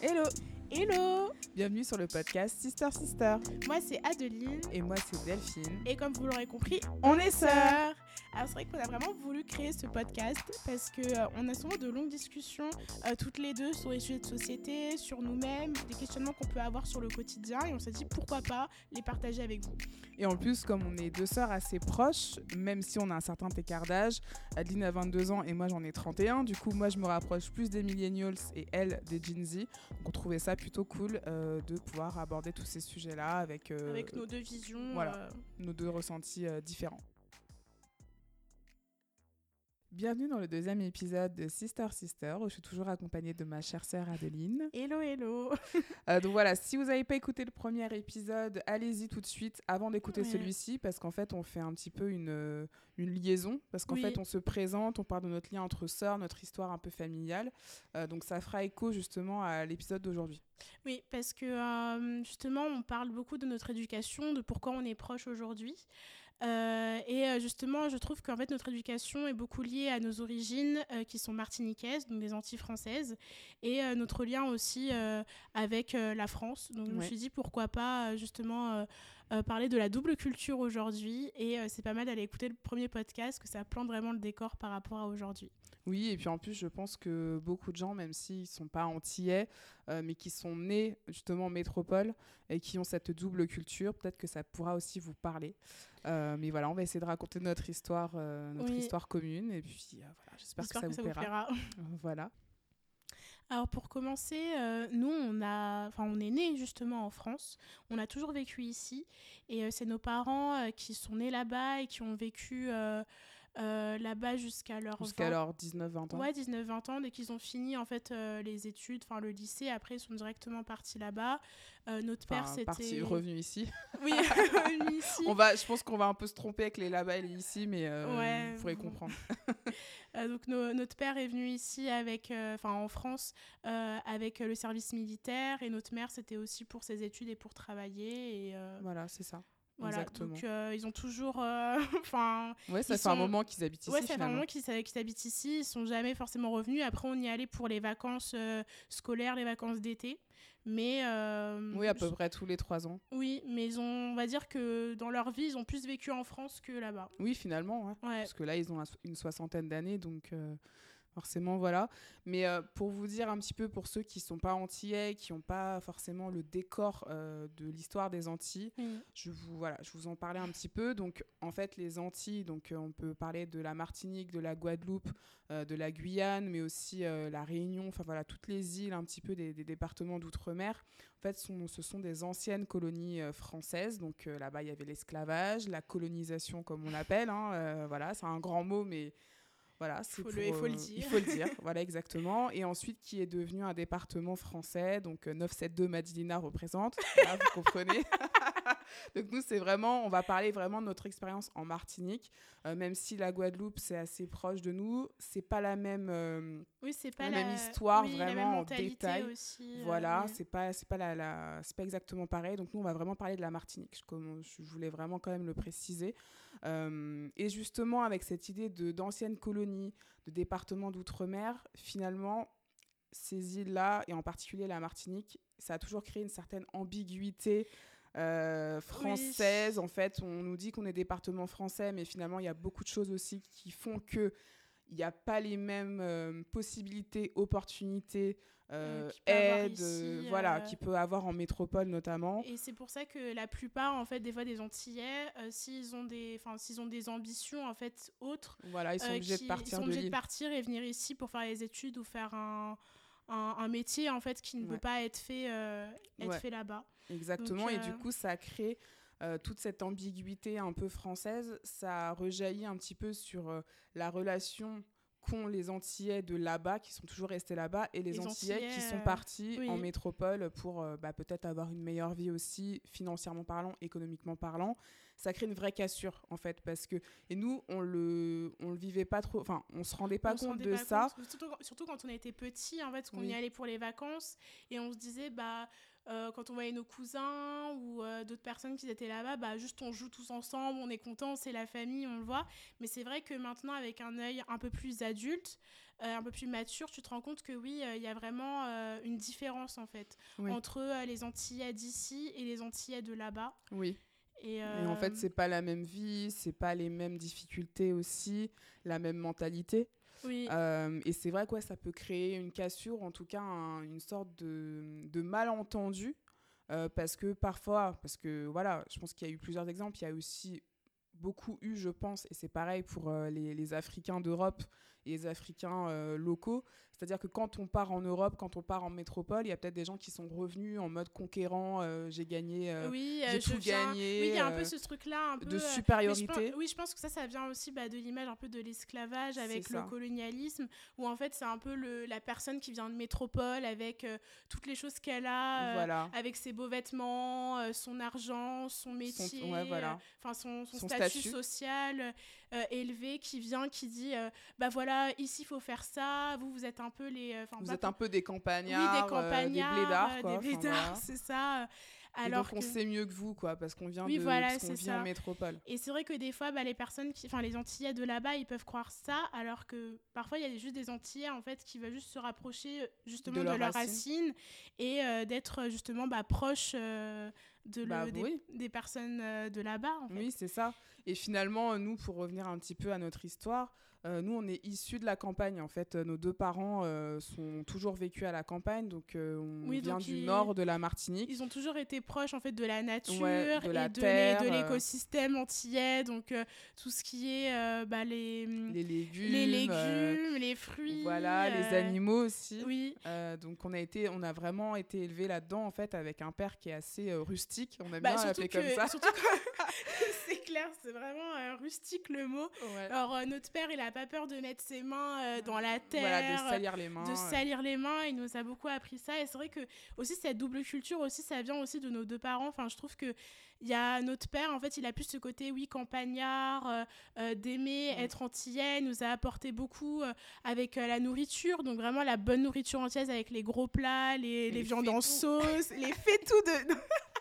Hello! Hello! Bienvenue sur le podcast Sister Sister. Moi c'est Adeline. Et moi c'est Delphine. Et comme vous l'aurez compris, on est sœurs! Alors c'est vrai qu'on a vraiment voulu créer ce podcast parce que on a souvent de longues discussions toutes les deux sur les sujets de société, sur nous-mêmes, des questionnements qu'on peut avoir sur le quotidien et on s'est dit pourquoi pas les partager avec vous. Et en plus, comme on est deux sœurs assez proches, même si on a un certain écart d'âge, Adeline a 22 ans et moi j'en ai 31, du coup moi je me rapproche plus des millennials et elle des Gen Z. Donc on trouvait ça plutôt cool de pouvoir aborder tous ces sujets-là avec nos deux visions, voilà, nos deux ressentis différents. Bienvenue dans le deuxième épisode de Sister Sister, où je suis toujours accompagnée de ma chère sœur Adeline. Hello, hello. Donc voilà, si vous n'avez pas écouté le premier épisode, allez-y tout de suite avant d'écouter celui-ci, parce qu'en fait, on fait un petit peu une liaison, parce qu'en fait, on se présente, on parle de notre lien entre sœurs, notre histoire un peu familiale. Donc ça fera écho justement à l'épisode d'aujourd'hui. Oui, parce que justement, on parle beaucoup de notre éducation, de pourquoi on est proches aujourd'hui. Et justement, je trouve qu'en fait, notre éducation est beaucoup liée à nos origines qui sont martiniquaises, donc des Antilles françaises, et notre lien aussi avec la France. Donc je me suis dit pourquoi pas justement parler de la double culture aujourd'hui. Et c'est pas mal d'aller écouter le premier podcast, que ça plante vraiment le décor par rapport à aujourd'hui. Oui, et puis en plus, je pense que beaucoup de gens, même s'ils ne sont pas antillais, mais qui sont nés justement en métropole et qui ont cette double culture, peut-être que ça pourra aussi vous parler. Mais voilà, on va essayer de raconter notre histoire commune. Et puis voilà, j'espère que ça vous plaira. Voilà. Alors pour commencer, nous on est nés justement en France, on a toujours vécu ici et c'est nos parents qui sont nés là-bas et qui ont vécu là-bas jusqu'à leurs 19-20 ans. Ouais, 19-20 ans, dès qu'ils ont fini en fait les études, enfin le lycée, après ils sont directement partis là-bas. Notre père c'était... Revenu ici. Oui, revenu ici. Je pense qu'on va un peu se tromper avec les là-bas et les ici, mais vous pourrez comprendre. Donc notre père est venu ici en France avec le service militaire et notre mère c'était aussi pour ses études et pour travailler. Et, voilà, c'est ça. Voilà, exactement. donc ils ont toujours... ça fait un moment qu'ils habitent ici. Ouais, ça fait un moment qu'ils habitent ici. Ils sont jamais forcément revenus. Après, on y allait pour les vacances scolaires, les vacances d'été. Mais... oui, à peu près tous les 3 ans. Oui, mais on va dire que dans leur vie, ils ont plus vécu en France que là-bas. Oui, finalement. Ouais. Parce que là, ils ont une 60aine d'années, donc... forcément, voilà. Mais pour vous dire un petit peu, pour ceux qui ne sont pas antillais, qui n'ont pas forcément le décor de l'histoire des Antilles, je vous en parlais un petit peu. Donc, en fait, les Antilles, donc, on peut parler de la Martinique, de la Guadeloupe, de la Guyane, mais aussi la Réunion, enfin voilà, toutes les îles, un petit peu des départements d'outre-mer. En fait, ce sont des anciennes colonies françaises. Donc, là-bas, il y avait l'esclavage, la colonisation, comme on l'appelle. Voilà, c'est un grand mot, mais... Voilà, il faut le dire. Il faut le dire, voilà exactement. Et ensuite, qui est devenu un département français, donc 972 Madilina représente, voilà, vous comprenez. Donc nous, on va parler vraiment de notre expérience en Martinique, même si la Guadeloupe, c'est assez proche de nous, c'est pas la même, c'est pas la même histoire, vraiment la même en détail. aussi, voilà, c'est pas exactement pareil. Donc nous, on va vraiment parler de la Martinique, je voulais vraiment quand même le préciser. Et justement, avec cette idée d'anciennes colonies, de départements d'outre-mer, finalement, ces îles-là, et en particulier la Martinique, ça a toujours créé une certaine ambiguïté française. En fait, on nous dit qu'on est département français, mais finalement, il y a beaucoup de choses aussi qui font qu'il n'y a pas les mêmes possibilités, opportunités, aides, qu'il peut avoir en métropole notamment. Et c'est pour ça que la plupart, en fait, des fois des Antillais, s'ils ont des ambitions en fait autres, voilà, ils sont obligés de partir et venir ici pour faire les études ou faire un métier en fait qui ne peut pas être fait là-bas. Exactement. Donc, et du coup, ça crée toute cette ambiguïté un peu française. Ça rejaillit un petit peu sur la relation qu'ont les Antillais de là-bas, qui sont toujours restés là-bas, et les Antillais qui sont partis en métropole pour peut-être avoir une meilleure vie aussi, financièrement parlant, économiquement parlant. Ça crée une vraie cassure, en fait, parce que... Et nous, on le vivait pas trop... Enfin, on se rendait pas compte de ça. Surtout quand on était petits, en fait, parce qu'on y allait pour les vacances, et on se disait, quand on voyait nos cousins ou d'autres personnes qui étaient là-bas, bah, juste on joue tous ensemble, on est contents, c'est la famille, on le voit. Mais c'est vrai que maintenant, avec un œil un peu plus adulte, un peu plus mature, tu te rends compte que oui, il y a vraiment une différence en fait entre les Antillais d'ici et les Antillais de là-bas. Oui. Et en fait, c'est pas la même vie, c'est pas les mêmes difficultés aussi, la même mentalité. Oui. Et c'est vrai que ça peut créer une cassure, en tout cas une sorte de malentendu, parce que parfois, voilà, je pense qu'il y a eu plusieurs exemples, il y a aussi beaucoup eu, je pense, et c'est pareil pour les Africains d'Europe et les Africains locaux. C'est-à-dire que quand on part en Europe, quand on part en métropole, il y a peut-être des gens qui sont revenus en mode conquérant, j'ai gagné, j'ai tout gagné. Oui, il y a un peu ce truc-là, un peu de supériorité. Je pense que ça vient aussi de l'image un peu de l'esclavage avec le colonialisme, où en fait c'est un peu la personne qui vient de métropole avec toutes les choses qu'elle a, avec ses beaux vêtements, son argent, son métier, son statut social élevé, qui vient, qui dit bah voilà, ici il faut faire ça, vous êtes un peu vous êtes un peu des campagnards, des blédards, des blédards, c'est ça. Alors et donc on sait mieux que vous, quoi, parce qu'on vient en métropole. Et c'est vrai que des fois, les personnes les Antillais de là-bas, ils peuvent croire ça, alors que parfois il y a juste des Antillais en fait qui veulent juste se rapprocher justement de leurs racines et d'être justement proches des personnes de là-bas. En fait. Oui, c'est ça. Et finalement, nous, pour revenir un petit peu à notre histoire, nous, on est issus de la campagne. En fait, nos deux parents sont toujours vécus à la campagne, donc on vient du nord de la Martinique. Ils ont toujours été proches en fait de la nature de la et terre, de l'écosystème antillais, donc tout ce qui est les légumes, les fruits, voilà, les animaux aussi. Oui. Donc on a vraiment été élevés là-dedans en fait, avec un père qui est assez rustique. On aime bien l'appeler comme ça. C'est clair, c'est vraiment rustique le mot. Ouais. Alors notre père, il a pas peur de mettre ses mains dans la terre, de salir les mains. Les mains, il nous a beaucoup appris ça. Et c'est vrai que aussi cette double culture aussi, ça vient aussi de nos deux parents. Enfin, je trouve que il y a notre père, en fait, il a plus ce côté campagnard, d'aimer être antillais, nous a apporté beaucoup avec la nourriture, donc vraiment la bonne nourriture antillaise avec les gros plats, les viandes en sauce, les fétous de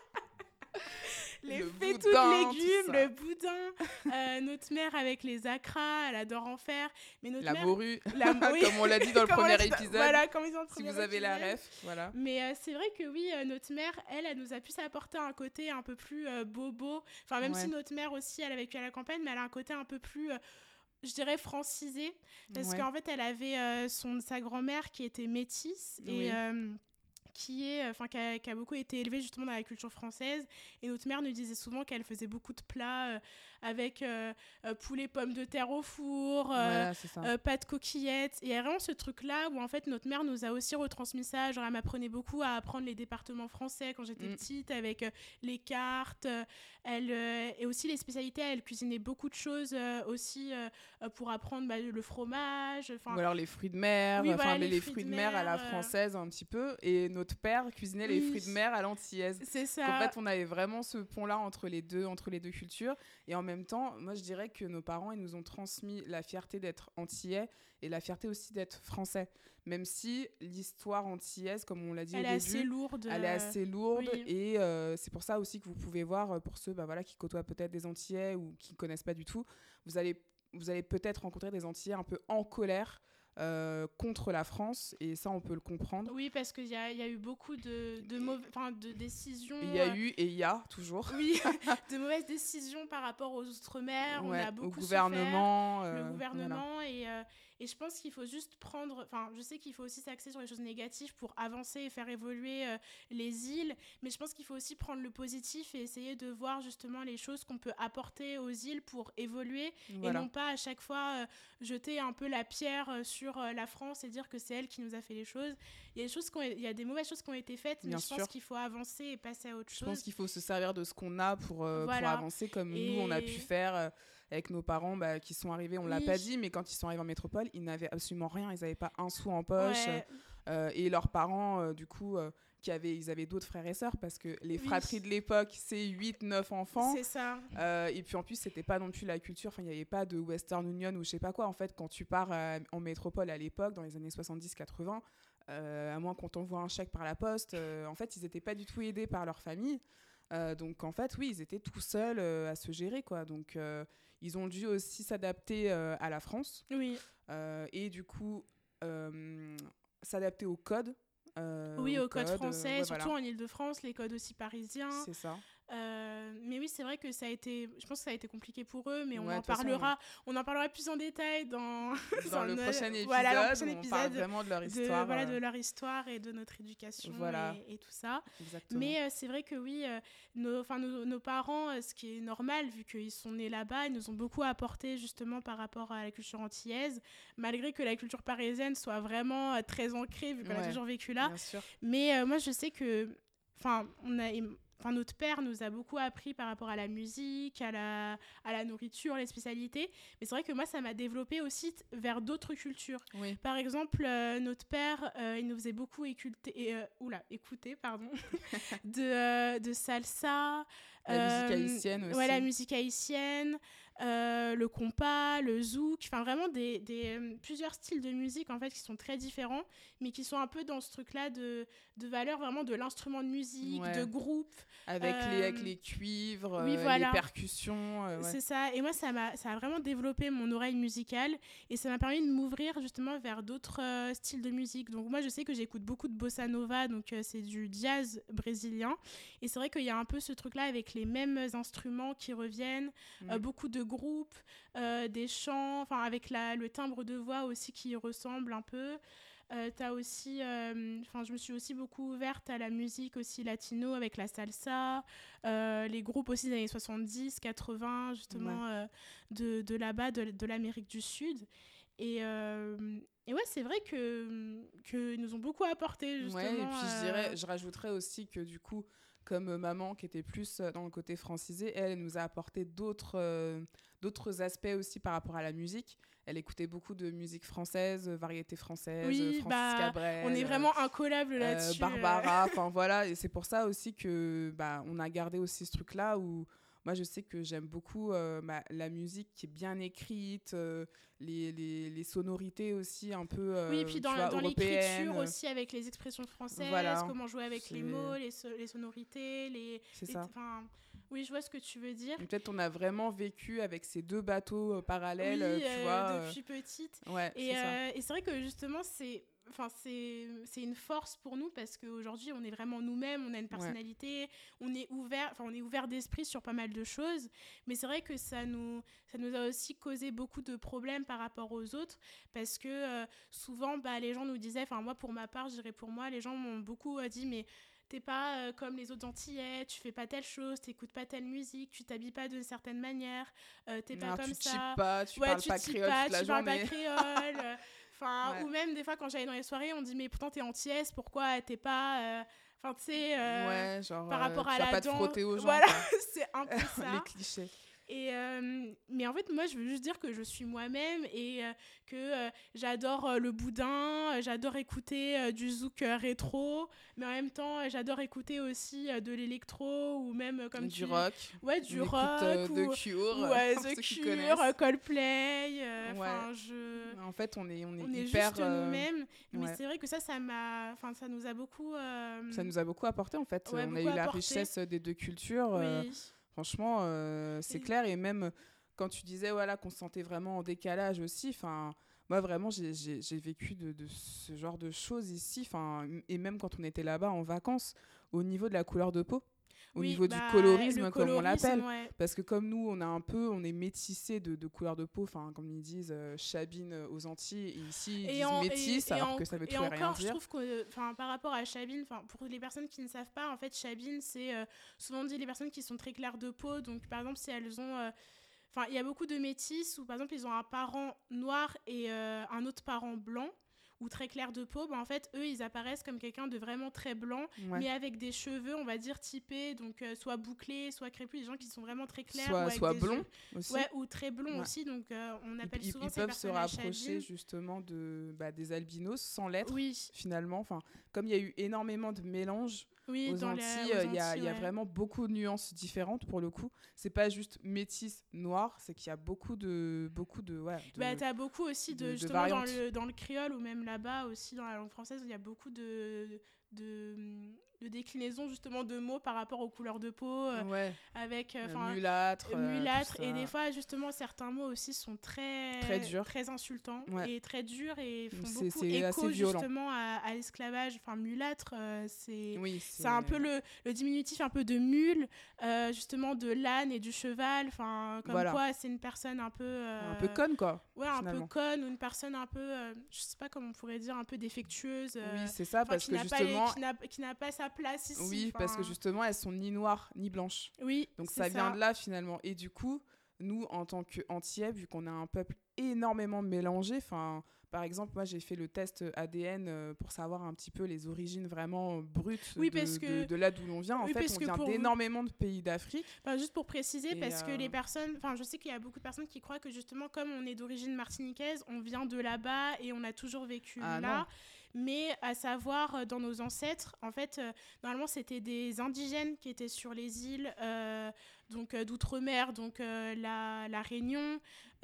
les fétous de légumes, le boudin, notre mère avec les acras, elle adore en faire. Mais la morue, comme on l'a dit dans le premier épisode. Voilà, comme ils ont si vous avez la ref, voilà. Mais c'est vrai que oui, notre mère, elle nous a pu s'apporter un côté un peu plus bobo. Enfin, même si notre mère aussi, elle a vécu à la campagne, mais elle a un côté un peu plus... je dirais francisé, parce qu'en fait, elle avait sa grand-mère qui était métisse et... qui a beaucoup été élevée justement dans la culture française, et notre mère nous disait souvent qu'elle faisait beaucoup de plats avec poulet pommes de terre au four, pâtes coquillettes, et il y a vraiment ce truc là où en fait notre mère nous a aussi retransmis ça. Genre elle m'apprenait beaucoup à apprendre les départements français quand j'étais petite, avec les cartes, et aussi les spécialités. Elle cuisinait beaucoup de choses aussi pour apprendre le fromage, ou alors les fruits de mer, les fruits de mer à la française un petit peu, et notre père cuisinait les fruits de mer à l'antillaise. C'est ça. Donc, en fait, on avait vraiment ce pont-là entre les deux cultures. Et en même temps, moi, je dirais que nos parents, ils nous ont transmis la fierté d'être antillais et la fierté aussi d'être français. Même si l'histoire antillaise, comme on l'a dit au début, elle est assez lourde. Oui. Et c'est pour ça aussi que vous pouvez voir, pour ceux qui côtoient peut-être des Antillais ou qui ne connaissent pas du tout, vous allez peut-être rencontrer des Antillais un peu en colère contre la France, et ça on peut le comprendre. Oui, parce qu'il y a eu beaucoup de décisions. Il y a eu et il y a toujours. Oui, de mauvaises décisions par rapport aux Outre-mer. On a beaucoup au gouvernement. Le gouvernement, et je pense qu'il faut juste prendre... Enfin, je sais qu'il faut aussi s'axer sur les choses négatives pour avancer et faire évoluer les îles, mais je pense qu'il faut aussi prendre le positif et essayer de voir justement les choses qu'on peut apporter aux îles pour évoluer, et non pas à chaque fois jeter un peu la pierre sur la France et dire que c'est elle qui nous a fait les choses. Il y a des mauvaises choses qui ont été faites, mais je pense qu'il faut avancer et passer à autre chose. Je pense qu'il faut se servir de ce qu'on a pour avancer, comme nous on a pu faire avec nos parents qui sont arrivés, on l'a pas dit, mais quand ils sont arrivés en métropole, ils n'avaient absolument rien, ils n'avaient pas un sou en poche. Et leurs parents, du coup, ils avaient d'autres frères et sœurs, parce que les fratries de l'époque, c'est 8-9 enfants. C'est ça. Et puis en plus, c'était pas non plus la culture, il n'y avait pas de Western Union ou je sais pas quoi. En fait, quand tu pars en métropole à l'époque, dans les années 70-80, à moins qu'on t'envoie un chèque par la poste. En fait, ils n'étaient pas du tout aidés par leur famille. Donc, en fait, oui, ils étaient tout seuls à se gérer, quoi. Donc, ils ont dû aussi s'adapter à la France. Oui. Et du coup, s'adapter aux codes. Oui, aux codes français, ouais, surtout en Île-de-France, les codes aussi parisiens. C'est ça. Mais oui, c'est vrai que je pense que ça a été compliqué pour eux, mais on Ouais, en parlera plus en détail dans le prochain épisode. Voilà, le prochain où épisode on parle vraiment de leur histoire. De leur histoire et de notre éducation et tout ça. Exactement. Mais c'est vrai que oui, nos parents, ce qui est normal, vu qu'ils sont nés là-bas, ils nous ont beaucoup apporté justement par rapport à la culture antillaise, malgré que la culture parisienne soit vraiment très ancrée, vu qu'on a toujours vécu là. Bien sûr. Mais moi, je sais que notre père nous a beaucoup appris par rapport à la musique, à la nourriture, les spécialités. Mais c'est vrai que moi, ça m'a développé aussi vers d'autres cultures. Oui. Par exemple, notre père, il nous faisait beaucoup écouter de salsa. La musique haïtienne aussi. Ouais, la musique haïtienne. Le compas, le zouk, enfin vraiment plusieurs styles de musique en fait qui sont très différents, mais qui sont un peu dans ce truc-là de valeur vraiment de l'instrument de musique, de groupe. Avec les cuivres, oui, voilà. les percussions. C'est ça, et moi ça a vraiment développé mon oreille musicale et ça m'a permis de m'ouvrir justement vers d'autres styles de musique. Donc moi je sais que j'écoute beaucoup de bossa nova, donc c'est du jazz brésilien, et c'est vrai qu'il y a un peu ce truc-là avec les mêmes instruments qui reviennent, beaucoup de groupes, des chants, enfin avec le timbre de voix aussi qui y ressemble un peu. T'as aussi, je me suis aussi beaucoup ouverte à la musique aussi latino avec la salsa, les groupes aussi des années 70, 80 justement, de là-bas, de l'Amérique du Sud. Et ouais, c'est vrai que nous ont beaucoup apporté justement. Ouais, et puis je rajouterais aussi que du coup, comme maman qui était plus dans le côté francisé, elle nous a apporté d'autres aspects aussi par rapport à la musique. Elle écoutait beaucoup de musique française, variété française, Francis Cabrel. On est vraiment incollables là-dessus. Barbara, enfin voilà. Et c'est pour ça aussi que on a gardé aussi ce truc-là où moi je sais que j'aime beaucoup la musique qui est bien écrite, les sonorités aussi un peu oui, et puis dans l'écriture aussi avec les expressions françaises, comment jouer avec les mots, les sonorités, c'est ça. Oui, je vois ce que tu veux dire. Et peut-être on a vraiment vécu avec ces deux bateaux parallèles, tu vois. Depuis petite. Ouais, et c'est vrai que justement, c'est une force pour nous parce qu'aujourd'hui, on est vraiment nous-mêmes, on a une personnalité, on est ouvert d'esprit sur pas mal de choses. Mais c'est vrai que ça nous a aussi causé beaucoup de problèmes par rapport aux autres parce que souvent, les gens nous disaient, moi pour ma part, je dirais pour moi, les gens m'ont beaucoup dit, mais t'es pas comme les autres Antillais, tu fais pas telle chose, t'écoutes pas telle musique, tu t'habilles pas d'une certaine manière, t'es pas comme ça. Tu parles pas créole toute la journée. Tu parles pas créole. Ou même des fois quand j'allais dans les soirées, on me dit mais pourtant t'es antillaise, pourquoi t'es pas... tu sais, par rapport à la pas te frotter aux gens. Voilà, c'est un peu ça. Les clichés. Mais en fait, moi, je veux juste dire que je suis moi-même et que j'adore le boudin, j'adore écouter du zouk rétro, mais en même temps, j'adore écouter aussi de l'électro ou même comme du rock. Ouais, du rock. The Cure. Ouais, The Cure, Coldplay. En fait, on est hyper... juste nous-mêmes. Mais c'est vrai que ça nous a beaucoup... Ça nous a beaucoup apporté, en fait. On a eu la richesse des deux cultures. Oui. Franchement, c'est clair. Et même quand tu disais qu'on se sentait vraiment en décalage aussi, moi vraiment j'ai vécu de ce genre de choses ici, et même quand on était là-bas en vacances, au niveau de la couleur de peau, au niveau du colorisme, comme on l'appelle. Ouais. Parce que comme nous, on est métissés de couleur de peau, comme ils disent, chabine aux Antilles, et ici ils disent métis, alors que ça veut tout et rien dire. Et encore, je trouve que par rapport à chabine, pour les personnes qui ne savent pas, en fait, chabine, c'est souvent dit les personnes qui sont très claires de peau. Donc par exemple, si elles ont... il y a beaucoup de métis où par exemple, ils ont un parent noir et un autre parent blanc, ou très clair de peau, en fait, eux, ils apparaissent comme quelqu'un de vraiment très blanc, mais avec des cheveux, on va dire, typés, donc soit bouclés, soit crépus, des gens qui sont vraiment très clairs. Soit blonds aussi. Ouais, ou très blonds aussi, donc on appelle souvent ces personnes Ils peuvent se rapprocher justement des albinos sans l'être, finalement. Comme il y a eu énormément de mélanges, Oui, aux Antilles, il y a vraiment beaucoup de nuances différentes pour le coup. C'est pas juste métis noir, c'est qu'il y a beaucoup de t'as beaucoup aussi justement dans le créole ou même là-bas aussi dans la langue française, il y a beaucoup de déclinaisons justement de mots par rapport aux couleurs de peau, avec mulâtre, et des fois justement certains mots aussi sont très durs, très insultants et très durs et font c'est, beaucoup écho justement à l'esclavage. Enfin, mulâtre, c'est un peu le diminutif un peu de mule, justement de l'âne et du cheval, enfin comme quoi c'est une personne un peu conne quoi. Un peu conne, ou une personne un peu je sais pas comment on pourrait dire, un peu défectueuse, oui, c'est ça, parce que justement qui n'a pas sa place ici. Oui, parce que justement elles sont ni noires ni blanches. Oui, donc ça vient de là finalement. Et du coup, nous en tant qu'Antillais, vu qu'on a un peuple énormément mélangé, par exemple, moi j'ai fait le test ADN pour savoir un petit peu les origines vraiment brutes de là d'où l'on vient. En fait, on vient d'énormément de pays d'Afrique. Juste pour préciser, parce que les personnes, je sais qu'il y a beaucoup de personnes qui croient que justement, comme on est d'origine martiniquaise, on vient de là-bas et on a toujours vécu là. Non. Mais à savoir, dans nos ancêtres, en fait, normalement, c'était des indigènes qui étaient sur les îles d'outre-mer, donc la Réunion,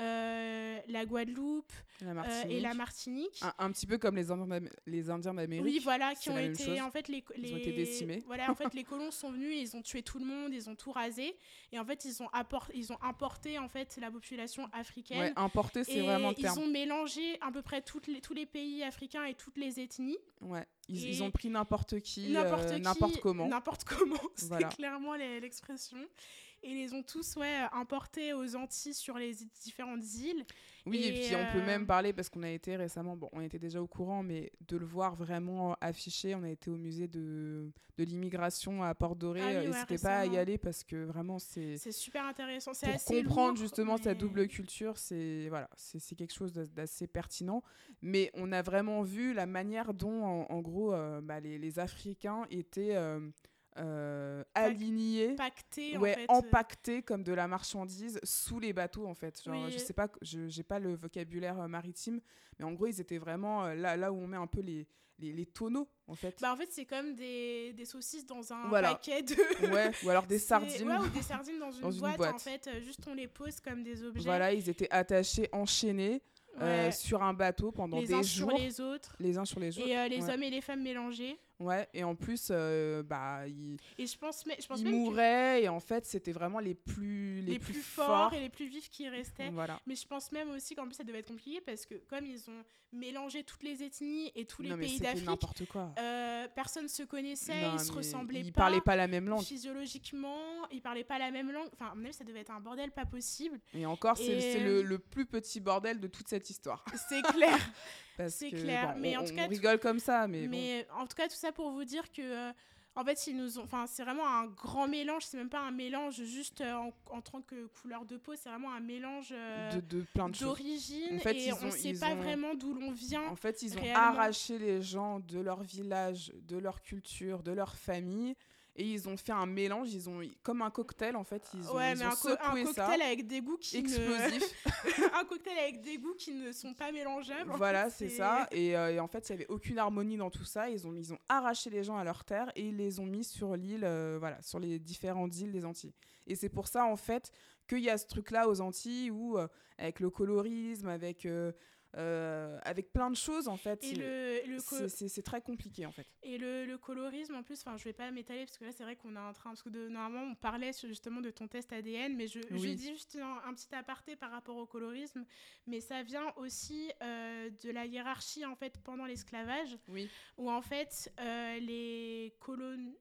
la Guadeloupe et la Martinique. Un petit peu comme les Indiens d'Amérique. Oui, voilà, qui ont été... En fait, ils ont été décimés. Voilà, en fait, les colons sont venus, ils ont tué tout le monde, ils ont tout rasé. Et en fait, ils ont importé en fait, la population africaine. Ouais, importé, c'est vraiment le terme. Ils ont mélangé à peu près tous les pays africains et toutes les ethnies. Ouais, ils ont pris n'importe qui, n'importe comment. N'importe comment, c'est clairement l'expression. Et les ont tous importés aux Antilles sur les différentes îles. Oui, et puis on peut même parler, parce qu'on a été récemment, on était déjà au courant, mais de le voir vraiment affiché, on a été au musée de l'immigration à Port-Doré, n'hésitez pas à y aller, parce que vraiment c'est super intéressant, c'est pour assez comprendre lourd, justement cette double culture, c'est quelque chose d'assez pertinent, mais on a vraiment vu la manière dont en gros les Africains étaient alignés, pactés, empaquetés comme de la marchandise sous les bateaux en fait. Je sais pas, j'ai pas le vocabulaire maritime, mais en gros ils étaient vraiment là où on met un peu les tonneaux en fait. En fait c'est comme des saucisses dans un paquet de... ou alors des sardines. Ou des sardines dans une boîte en fait, juste on les pose comme des objets. Voilà, ils étaient attachés, enchaînés. Sur un bateau pendant des jours. Les uns sur les autres. Et les hommes et les femmes mélangés. Ouais, et en plus, je pense ils mouraient, et en fait, c'était vraiment les plus forts et les plus vifs qui restaient. Voilà. Mais je pense même aussi qu'en plus, ça devait être compliqué, parce que comme ils ont mélangé toutes les ethnies et tous les pays d'Afrique, n'importe quoi. Personne ne se connaissait, ils se ressemblaient pas. Ils parlaient pas la même langue. Physiologiquement, ils parlaient pas la même langue. Enfin, à mon avis, ça devait être un bordel pas possible. Et encore, c'est le plus petit bordel de toute cette histoire. C'est clair. C'est clair. Mais en tout cas, on rigole comme ça. Mais en tout cas, tout ça pour vous dire que... en fait, c'est vraiment un grand mélange. C'est même pas un mélange juste en tant que couleur de peau. C'est vraiment un mélange de plein de d'origine. En fait, et on ne sait pas vraiment d'où l'on vient. En fait, ils ont arraché les gens de leur village, de leur culture, de leur famille. Et ils ont fait un mélange, comme un cocktail en fait, ils ont secoué ça. Un cocktail avec des goûts qui un cocktail avec des goûts qui ne sont pas mélangeables. Voilà, c'est ça. Et en fait, il y avait aucune harmonie dans tout ça. Ils ont arraché les gens à leur terre et ils les ont mis sur l'île, sur les différentes îles des Antilles. Et c'est pour ça en fait qu'il y a ce truc-là aux Antilles où avec le colorisme, avec plein de choses en fait, c'est très compliqué en fait. Et le colorisme en plus, je vais pas m'étaler parce que là c'est vrai qu'on a un train, parce que normalement on parlait justement de ton test ADN, mais je dis juste un petit aparté par rapport au colorisme, mais ça vient aussi de la hiérarchie en fait pendant l'esclavage, où en fait les colons,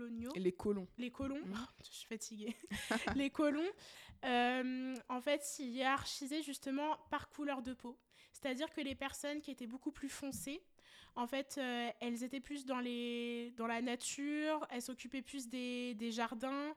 je suis fatiguée, les colons en fait s'y hiérarchisaient justement par couleur de peau. C'est-à-dire que les personnes qui étaient beaucoup plus foncées, en fait, elles étaient plus dans la nature, elles s'occupaient plus des jardins,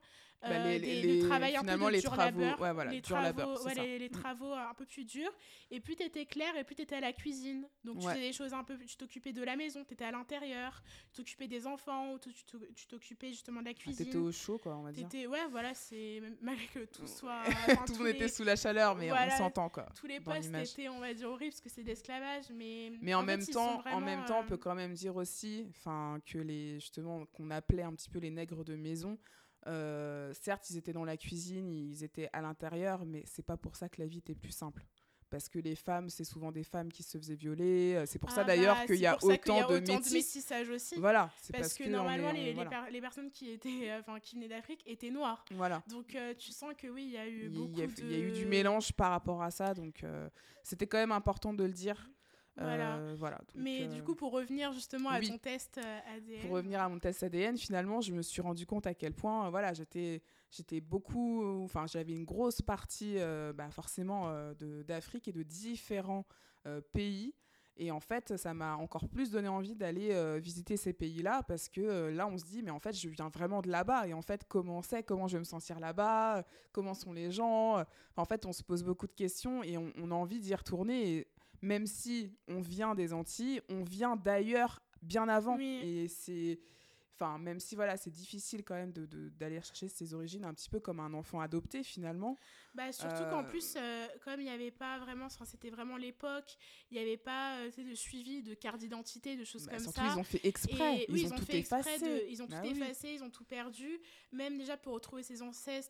des travails un peu de dur labeur. Ouais, voilà, les travaux un peu plus durs. Et plus t'étais claire, et plus t'étais à la cuisine. Donc tu faisais des choses un peu... Tu t'occupais de la maison, t'étais à l'intérieur. Tu t'occupais des enfants, ou tu t'occupais justement de la cuisine. T'étais au chaud, quoi, on va dire. Ouais, voilà, c'est... Malgré que tout soit... Tout le monde était sous la chaleur, mais on s'entend, quoi. Tous les postes étaient, on va dire, horribles, parce que c'est de l'esclavage, mais en même temps, on peut quand même dire aussi que justement, qu'on appelait un petit peu les nègres de maison, certes, ils étaient dans la cuisine, ils étaient à l'intérieur, mais c'est pas pour ça que la vie était plus simple. Parce que les femmes, c'est souvent des femmes qui se faisaient violer. C'est pour ça d'ailleurs qu'il y a autant de métissage aussi. Voilà, parce que normalement, les personnes qui venaient d'Afrique étaient noires. Voilà. Donc tu sens que oui, il y a eu beaucoup Il y a eu du mélange par rapport à ça. Donc c'était quand même important de le dire. Voilà. Donc, mais du coup, pour revenir justement à ton test ADN. Pour revenir à mon test ADN, finalement, je me suis rendu compte à quel point, j'étais beaucoup, j'avais une grosse partie, forcément, d'Afrique et de différents pays. Et en fait, ça m'a encore plus donné envie d'aller visiter ces pays-là parce que là, on se dit, mais en fait, je viens vraiment de là-bas. Et en fait, comment je vais me sentir là-bas? Comment sont les gens? En fait, on se pose beaucoup de questions et on a envie d'y retourner. Et même si on vient des Antilles, on vient d'ailleurs bien avant. Oui. Et c'est... même si c'est difficile quand même d'aller chercher ses origines un petit peu comme un enfant adopté finalement. Surtout qu'en plus, comme il n'y avait pas vraiment, c'était vraiment l'époque, il n'y avait pas de suivi de carte d'identité, de choses comme surtout, ça. Ils ont fait exprès. Ils ont tout effacé. Ils ont tout effacé, ils ont tout perdu. Même déjà pour retrouver ses ancêtres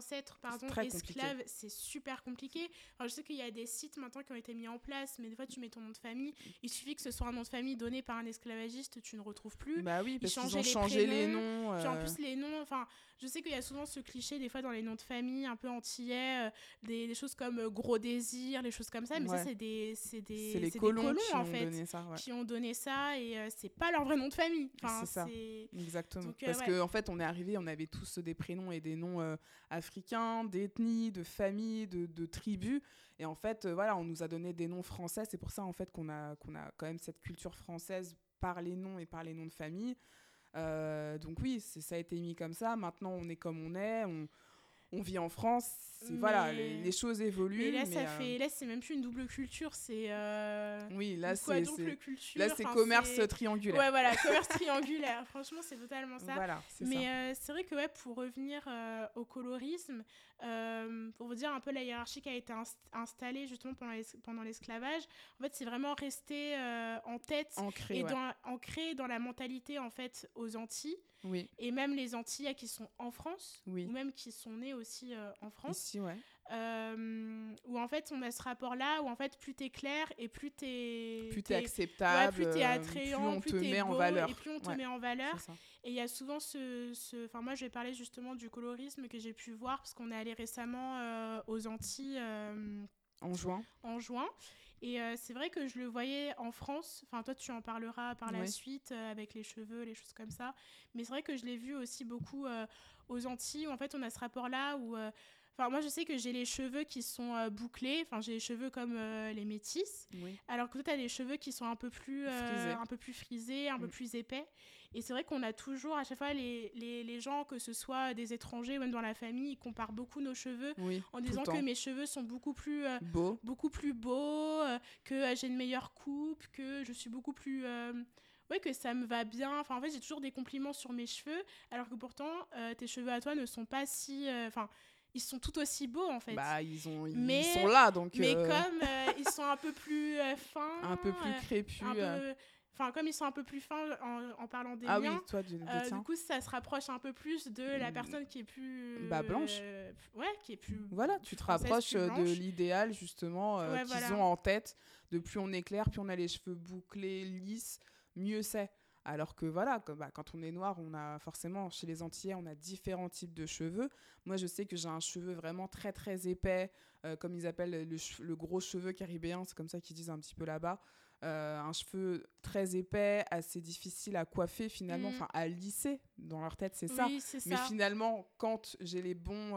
esclaves, c'est super compliqué. Alors, je sais qu'il y a des sites maintenant qui ont été mis en place, mais des fois tu mets ton nom de famille, il suffit que ce soit un nom de famille donné par un esclavagiste, tu ne retrouves plus. Bah oui, parce qu'ils ont changé les noms. Puis en plus les noms, je sais qu'il y a souvent ce cliché des fois dans les noms de famille un peu antillais, des choses comme Gros Désir, les choses comme ça, mais ça c'est les colons en fait qui ont donné ça et c'est pas leur vrai nom de famille. C'est ça. Exactement. Donc, parce qu'en fait on est arrivé, on avait tous des prénoms et des noms africains, d'ethnie, de famille, de tribus, et en fait on nous a donné des noms français. C'est pour ça en fait qu'on a quand même cette culture française par les noms et par les noms de famille. Donc oui, ça a été mis comme ça. Maintenant, on est comme on est. On vit en France. Les choses évoluent. Et là, là, c'est même plus une double culture. C'est. Oui, là, double culture. Là, c'est commerce triangulaire. Ouais, voilà, commerce triangulaire. Franchement, c'est totalement ça. Voilà, c'est ça. C'est vrai que pour revenir au colorisme, pour vous dire un peu la hiérarchie qui a été installée justement pendant l'esclavage, en fait, c'est vraiment resté en tête ancré dans la mentalité en fait aux Antilles. Oui. Et même les Antillais qui sont en France, oui. ou même qui sont nés aussi en France. Ici, ouais. Où en fait, on a ce rapport-là, où en fait, plus t'es clair et plus t'es acceptable, plus t'es attrayant, plus on te met en valeur. Et plus on te met en valeur. Et il y a souvent moi, je vais parler justement du colorisme que j'ai pu voir, parce qu'on est allé récemment aux Antilles en juin. Et c'est vrai que je le voyais en France. Enfin, toi, tu en parleras par la suite avec les cheveux, les choses comme ça. Mais c'est vrai que je l'ai vu aussi beaucoup aux Antilles, où en fait, on a ce rapport-là où... moi, je sais que j'ai les cheveux qui sont bouclés. Enfin, j'ai les cheveux comme les métis. Oui. Alors que toi, tu as les cheveux qui sont un peu plus frisés, un peu plus épais. Et c'est vrai qu'on a toujours, à chaque fois, les gens, que ce soit des étrangers ou même dans la famille, ils comparent beaucoup nos cheveux en disant que mes cheveux sont beaucoup plus beaux, que j'ai une meilleure coupe, que je suis beaucoup plus... que ça me va bien. Enfin, en fait, j'ai toujours des compliments sur mes cheveux, alors que pourtant, tes cheveux à toi ne sont pas si... ils sont tout aussi beaux, en fait. Ils sont là, donc... Mais comme ils sont un peu plus fins... Un peu plus crépus... comme ils sont un peu plus fins en parlant des miens, oui, toi, du coup, ça se rapproche un peu plus de la personne qui est plus... blanche. Qui est plus... Voilà, tu te rapproches de l'idéal, justement, qu'ils ont en tête. De plus on est clair, plus on a les cheveux bouclés, lisses, mieux c'est. Alors que quand on est noir, on a forcément, chez les Antillais, on a différents types de cheveux. Moi, je sais que j'ai un cheveu vraiment très, très épais, comme ils appellent le gros cheveu caribéen, c'est comme ça qu'ils disent un petit peu là-bas. Un cheveu très épais, assez difficile à coiffer finalement, à lisser dans leur tête, c'est ça. Mais finalement, quand j'ai les bons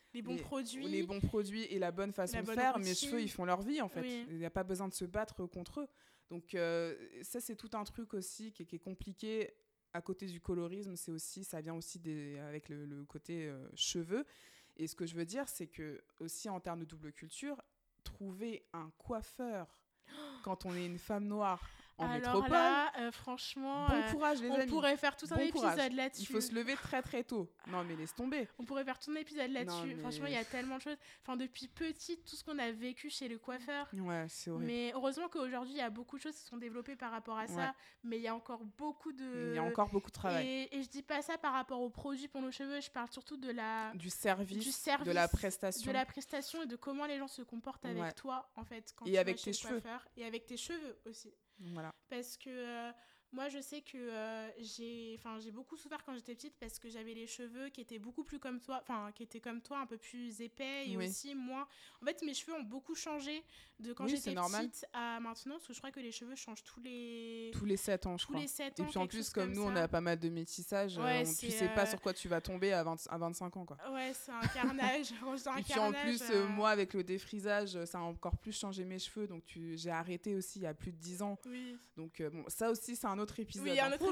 produits et la bonne façon de faire, routine. Mes cheveux, ils font leur vie en fait. Il n'y a pas besoin de se battre contre eux. Donc ça, c'est tout un truc aussi qui est compliqué à côté du colorisme, ça vient aussi avec le côté cheveux. Et ce que je veux dire, c'est que aussi en termes de double culture, trouver un coiffeur quand on est une femme noire en métropole. Alors là, franchement, bon courage les amis. On pourrait faire tout un épisode là-dessus. Il faut se lever très très tôt. Non mais laisse tomber. On pourrait faire tout un épisode là-dessus. Mais... Franchement, il y a tellement de choses. Enfin, depuis petite, tout ce qu'on a vécu chez le coiffeur. Ouais, c'est horrible. Mais heureusement qu'aujourd'hui, il y a beaucoup de choses qui sont développées par rapport à ça. Mais il y a encore beaucoup de... Il y a encore beaucoup de travail. Et je dis pas ça par rapport aux produits pour nos cheveux. Je parle surtout du service, de la prestation. De la prestation et de comment les gens se comportent avec toi, en fait, quand et avec tes cheveux. Et avec tes cheveux aussi. Voilà. Parce que moi, je sais que j'ai beaucoup souffert quand j'étais petite parce que j'avais les cheveux qui étaient beaucoup plus comme toi, enfin, qui étaient comme toi, un peu plus épais et aussi moins... En fait, mes cheveux ont beaucoup changé de quand j'étais petite à maintenant, parce que je crois que les cheveux changent tous les 7 ans, je crois. Et puis en plus, comme nous, on a pas mal de métissage, tu sais pas sur quoi tu vas tomber à 25 ans, quoi. Ouais, c'est un carnage. Et puis en plus, moi, avec le défrisage, ça a encore plus changé mes cheveux, donc j'ai arrêté aussi il y a plus de 10 ans. Oui. Donc bon, ça aussi, c'est un autre épisode. Oui, un autre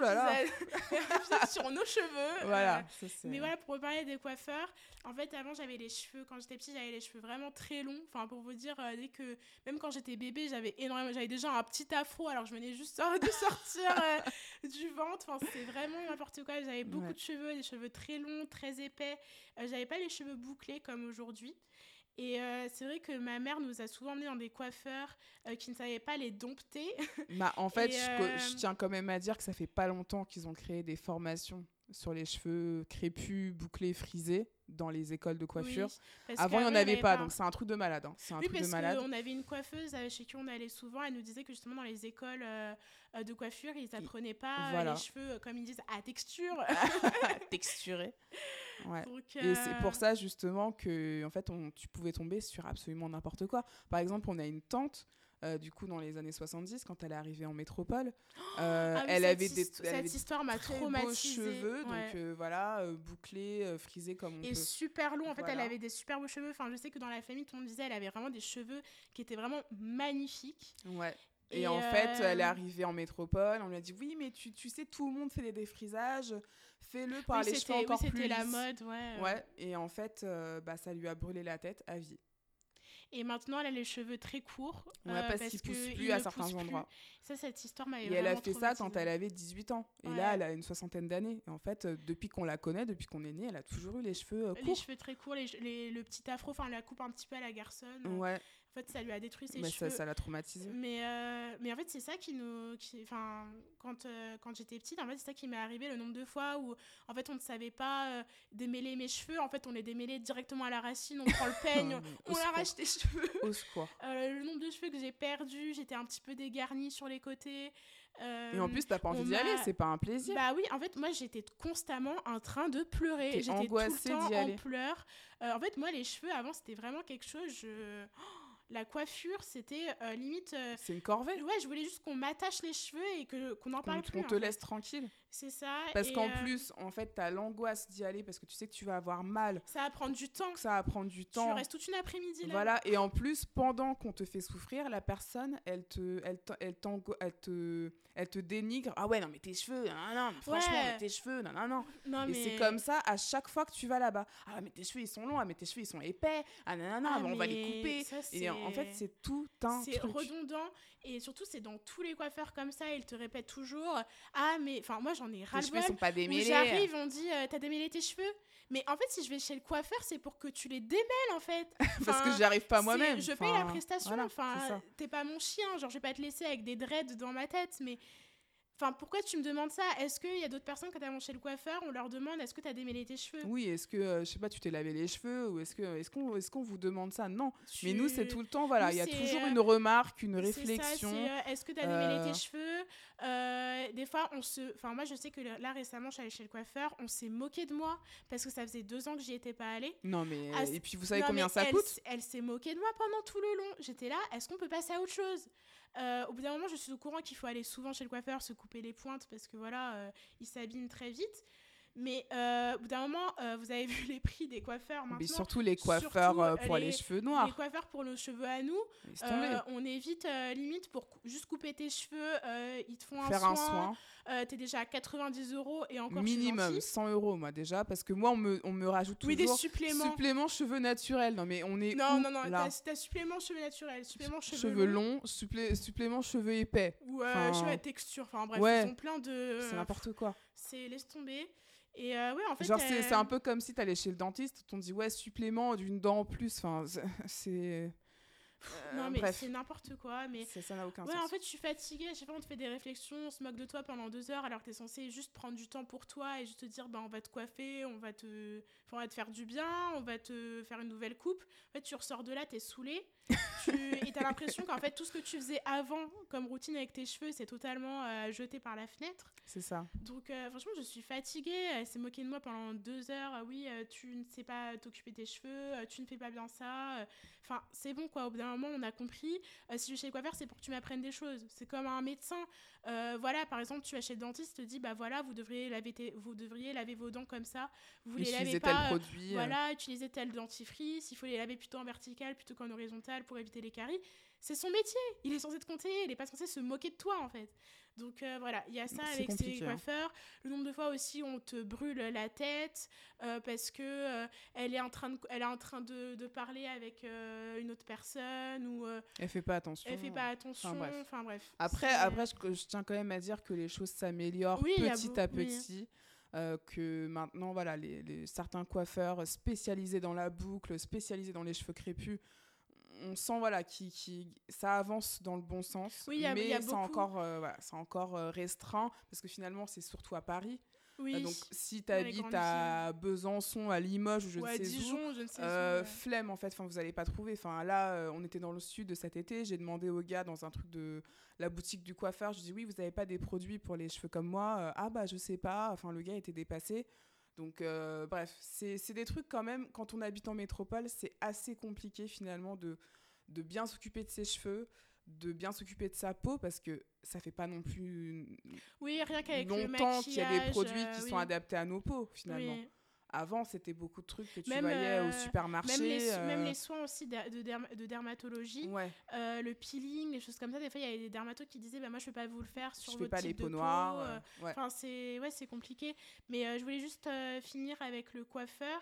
épisode sur nos cheveux. Voilà. Mais voilà, pour parler des coiffeurs, en fait, avant, j'avais les cheveux, quand j'étais petite, j'avais les cheveux vraiment très longs. Enfin, pour vous dire, même quand j'étais bébé, j'avais déjà un petit afro, alors je venais juste de sortir du ventre. Enfin, c'est vraiment n'importe quoi. J'avais beaucoup de cheveux, des cheveux très longs, très épais. J'avais pas les cheveux bouclés comme aujourd'hui. Et c'est vrai que ma mère nous a souvent emmenés dans des coiffeurs qui ne savaient pas les dompter. En fait, je tiens quand même à dire que ça fait pas longtemps qu'ils ont créé des formations sur les cheveux crépus, bouclés, frisés dans les écoles de coiffure. Oui, avant, il n'y en avait pas, donc c'est un truc de malade. Hein. C'est un truc de malade. On avait une coiffeuse chez qui on allait souvent, elle nous disait que justement dans les écoles de coiffure, ils n'apprenaient pas les cheveux, comme ils disent, à texture. Texturés. Ouais. Donc, et c'est pour ça justement que en fait, tu pouvais tomber sur absolument n'importe quoi. Par exemple, on a une tante, du coup, dans les années 70, quand elle est arrivée en métropole, elle avait cette histoire m'a traumatisée. Beaux cheveux, donc voilà, bouclés, frisés comme on peut. Et super longs. En fait, elle avait des super beaux cheveux. Enfin, je sais que dans la famille, tout le monde disait, elle avait vraiment des cheveux qui étaient vraiment magnifiques. Ouais. Et en fait, elle est arrivée en métropole. On lui a dit, oui, mais tu sais, tout le monde fait des défrisages. Fais-le par les cheveux encore plus lisses. C'était la mode, ouais. Ouais. Et en fait, ça lui a brûlé la tête à vie. Et maintenant, elle a les cheveux très courts. Parce qu'ils ne poussent plus à certains endroits. Ça, cette histoire m'avait vraiment traumatisée. Et elle a fait ça quand elle avait 18 ans. Et là, elle a une soixantaine d'années. Et en fait, depuis qu'on la connaît, depuis qu'on est né, elle a toujours eu les cheveux courts. Les cheveux très courts, le petit afro, enfin, la coupe un petit peu à la garçonne. Ouais. En fait, ça lui a détruit ses cheveux. Ça l'a traumatisée. Mais en fait, c'est ça quand j'étais petite, en fait, c'est ça qui m'est arrivé le nombre de fois où, en fait, on ne savait pas démêler mes cheveux. En fait, on les démêlait directement à la racine. On prend le peigne, on arrache tes cheveux. Au secours. Le nombre de cheveux que j'ai perdus, j'étais un petit peu dégarnie sur les côtés. Et en plus, t'as pas envie d'y aller, c'est pas un plaisir. Bah oui, en fait, moi, j'étais constamment en train de pleurer. J'étais angoissée tout le temps d'y aller. en pleurs. En fait, moi, les cheveux, avant, c'était vraiment quelque chose... La coiffure, c'était limite... c'est une corvée. Ouais, je voulais juste qu'on m'attache les cheveux et qu'on n'en parle plus. Qu'on te laisse tranquille. C'est ça. Parce qu'en plus, en fait, t'as l'angoisse d'y aller parce que tu sais que tu vas avoir mal. Ça va prendre du temps. Tu restes toute une après-midi là. Voilà, et en plus, pendant qu'on te fait souffrir, la personne, elle te dénigre. Ah ouais, non, mais tes cheveux, non, mais franchement, mais tes cheveux, non. Et c'est comme ça à chaque fois que tu vas là-bas. Ah, mais tes cheveux, ils sont longs, mais tes cheveux, ils sont épais. On va les couper. Ça, et en fait, c'est tout un truc. C'est redondant. Et surtout, c'est dans tous les coiffeurs comme ça, ils te répètent toujours ah, mais enfin, moi j'en ai ras-le-bol. Tes cheveux sont pas démêlés. J'arrive, on dit t'as démêlé tes cheveux. Mais en fait, si je vais chez le coiffeur, c'est pour que tu les démêles en fait. Parce que j'y arrive pas moi-même. Je paye la prestation. Voilà, t'es pas mon chien. Genre, je vais pas te laisser avec des dreads dans ma tête. Mais enfin, pourquoi tu me demandes ça? Est-ce qu'il y a d'autres personnes quand elles vont chez le coiffeur, on leur demande est-ce que tu as démêlé tes cheveux? Oui, est-ce que, je sais pas, tu t'es lavé les cheveux ou est-ce qu'on vous demande ça? Non. Mais nous, c'est tout le temps, voilà, il y a toujours une remarque, une réflexion. Est-ce que tu as démêlé tes cheveux? Des fois, moi, je sais que là, récemment, je suis allée chez le coiffeur, on s'est moqué de moi parce que ça faisait 2 ans que j'y étais pas allée. Non, mais et puis vous savez combien ça coûte? Elle s'est moquée de moi pendant tout le long. J'étais là, est-ce qu'on peut passer à autre chose? Au bout d'un moment, je suis au courant qu'il faut aller souvent chez le coiffeur, se couper les pointes parce que voilà, il s'abîme très vite. Mais au bout d'un moment, vous avez vu les prix des coiffeurs maintenant. Mais surtout les coiffeurs pour les cheveux noirs. Les coiffeurs pour nos cheveux à nous. On évite limite pour juste couper tes cheveux. Ils te font un soin. T'es déjà à 90 € et encore minimum 100 €, moi déjà, parce que moi on me rajoute toujours des suppléments cheveux naturels. Non mais on est non, t'as supplément cheveux naturels, supplément cheveux longs, supplément cheveux épais. Ou cheveux à texture. Enfin bref, ils ont plein de. C'est n'importe quoi. Laisse tomber. Et ouais, en fait, genre c'est un peu comme si t'allais chez le dentiste, on te dit ouais, supplément d'une dent en plus. Enfin c'est non mais c'est n'importe quoi, mais ça n'a aucun sens. En fait je suis fatiguée, à chaque fois on te fait des réflexions, on se moque de toi pendant 2 heures alors que t'es censé juste prendre du temps pour toi et juste te dire on va te coiffer, on va te faire du bien, on va te faire une nouvelle coupe. En fait tu ressors de là, t'es saoulée et t'as l'impression qu'en fait tout ce que tu faisais avant comme routine avec tes cheveux c'est totalement jeté par la fenêtre. C'est ça. Donc franchement je suis fatiguée, elle s'est moquée de moi pendant 2 heures. Oui, tu ne sais pas t'occuper de tes cheveux, tu ne fais pas bien ça. Enfin c'est bon quoi, au bout d'un moment on a compris. Si je vais chez le coiffeur c'est pour que tu m'apprennes des choses. C'est comme un médecin. Voilà, par exemple tu vas chez le dentiste, te dit voilà vous devriez laver vos dents comme ça. Vous les lavez pas. Tel produit. Voilà, utiliser tel dentifrice. Il faut les laver plutôt en vertical plutôt qu'en horizontal pour éviter les caries. C'est son métier. Il est censé te conseiller. Il est pas censé se moquer de toi en fait. Donc voilà, il y a ça avec ces coiffeurs. Le nombre de fois aussi on te brûle la tête parce que elle est en train de parler avec une autre personne ou elle fait pas attention. Enfin bref. Après je tiens quand même à dire que les choses s'améliorent petit à petit. Que maintenant voilà certains coiffeurs spécialisés dans la boucle, spécialisés dans les cheveux crépus, on sent voilà ça avance dans le bon sens, mais c'est encore restreint parce que finalement c'est surtout à Paris. Donc si tu habites à Besançon, à Limoges, je ne sais Dijon, où, flemme en fait, vous n'allez pas trouver. Là, on était dans le sud de cet été, j'ai demandé au gars dans un truc de la boutique du coiffeur, je dis oui, vous n'avez pas des produits pour les cheveux comme moi? Je sais pas, le gars était dépassé. Donc bref, c'est des trucs quand même, quand on habite en métropole, c'est assez compliqué finalement de bien s'occuper de ses cheveux, de bien s'occuper de sa peau, parce que ça fait pas non plus rien qu'avec longtemps qu'il y a des produits qui sont adaptés à nos peaux finalement. Avant, c'était beaucoup de trucs que tu voyais au supermarché. Même les soins aussi de dermatologie, le peeling, les choses comme ça. Des fois, il y avait des dermatos qui disaient moi, je ne peux pas vous le faire sur votre type de peau. Noires. C'est compliqué. Mais je voulais juste finir avec le coiffeur.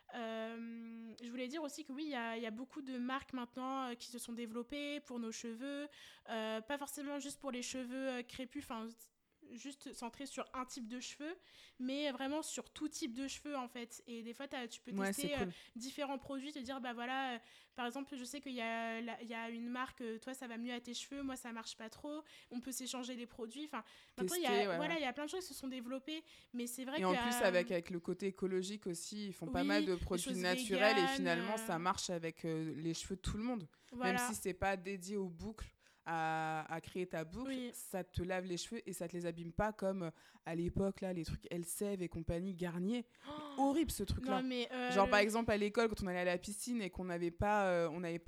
Je voulais dire aussi que oui, il y a beaucoup de marques maintenant qui se sont développées pour nos cheveux. Pas forcément juste pour les cheveux crépus, juste centré sur un type de cheveux, mais vraiment sur tout type de cheveux en fait. Et des fois tu peux tester différents produits, te dire par exemple je sais qu'il y a une marque, toi ça va mieux à tes cheveux, moi ça marche pas trop, on peut s'échanger les produits. Maintenant il y a plein de choses qui se sont développées, mais c'est vrai et en plus avec le côté écologique aussi, ils font pas mal de produits naturels véganes, et finalement ça marche avec les cheveux de tout le monde, même si c'est pas dédié aux boucles. À créer ta boucle, ça te lave les cheveux et ça te les abîme pas comme à l'époque là les trucs Elseve et compagnie, Garnier. Horrible ce truc là. Genre par exemple à l'école quand on allait à la piscine et qu'on n'avait pas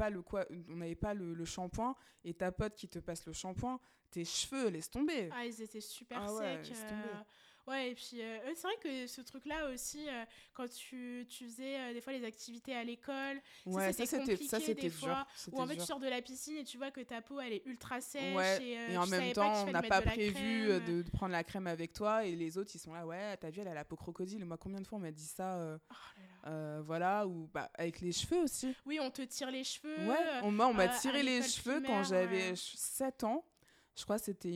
le shampoing et ta pote qui te passe le shampoing, tes cheveux laisse tomber. Ils étaient super secs. Ouais, et puis c'est vrai que ce truc-là aussi, quand tu faisais des fois les activités à l'école, c'était compliqué des fois. Ou en fait, tu sors de la piscine et tu vois que ta peau, elle est ultra sèche. Et en même temps, on n'a pas prévu de prendre la crème avec toi et les autres, ils sont là, t'as vu, elle a la peau crocodile. Moi, combien de fois on m'a dit ça voilà, ou avec les cheveux aussi. Oui, on te tire les cheveux. On m'a tiré les cheveux quand j'avais 7 ans. Je crois que c'était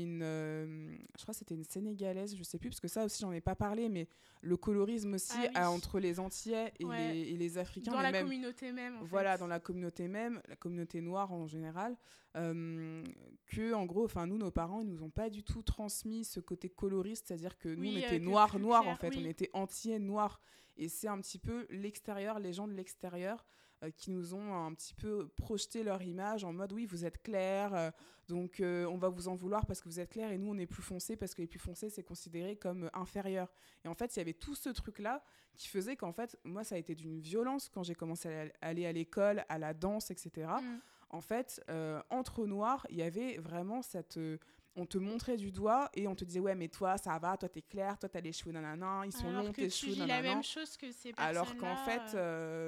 une Sénégalaise, je sais plus, parce que ça aussi j'en ai pas parlé, mais le colorisme aussi entre les Antillais et les Africains. Dans la communauté même, en fait. Voilà, dans la communauté même, la communauté noire en général, que en gros, nous, nos parents, ils nous ont pas du tout transmis ce côté coloriste, c'est-à-dire que nous, on était noirs en fait, on était Antillais noirs. Et c'est un petit peu l'extérieur, les gens de l'extérieur, qui nous ont un petit peu projeté leur image en mode oui vous êtes clair, donc on va vous en vouloir parce que vous êtes clair et nous on est plus foncé parce que les plus foncés c'est considéré comme inférieur. Et en fait il y avait tout ce truc là qui faisait qu'en fait moi ça a été d'une violence quand j'ai commencé à aller à l'école, à la danse, etc. En fait entre noirs il y avait vraiment cette on te montrait du doigt et on te disait ouais mais toi ça va, toi t'es clair, toi t'as les cheveux nanana, ils sont longs tes cheveux nanana. Alors que tu vis la même chose que ces personnes-là. Alors qu'en fait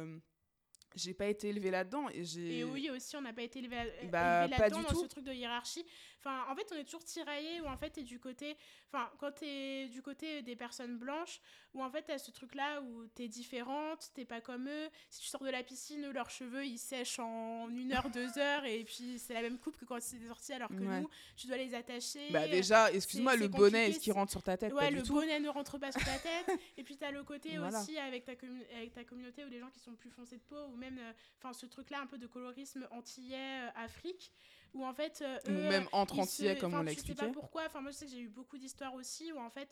j'ai pas été élevée là-dedans et oui aussi on n'a pas été élevé pas là-dedans du dans tout. ce truc de hiérarchie. Enfin en fait on est toujours tiraillé où en fait t'es du côté, enfin quand t'es du côté des personnes blanches où en fait t'as ce truc là où t'es différente, t'es pas comme eux. Si tu sors de la piscine, eux, leurs cheveux ils sèchent en 1 heure 2 heures et puis c'est la même coupe que quand c'est sorti, alors que nous tu dois les attacher. Déjà excuse-moi, le bonnet est-ce qu'il rentre sur ta tête? Ouais, pas le du tout. Bonnet ne rentre pas sur ta tête. Et puis t'as le côté aussi avec ta communauté ou les gens qui sont plus foncés de peau ou même ce truc là un peu de colorisme antillais Afrique où en fait ou même entre antillais comme on l'a expliqué. Je sais pas pourquoi, moi je sais que j'ai eu beaucoup d'histoires aussi où en fait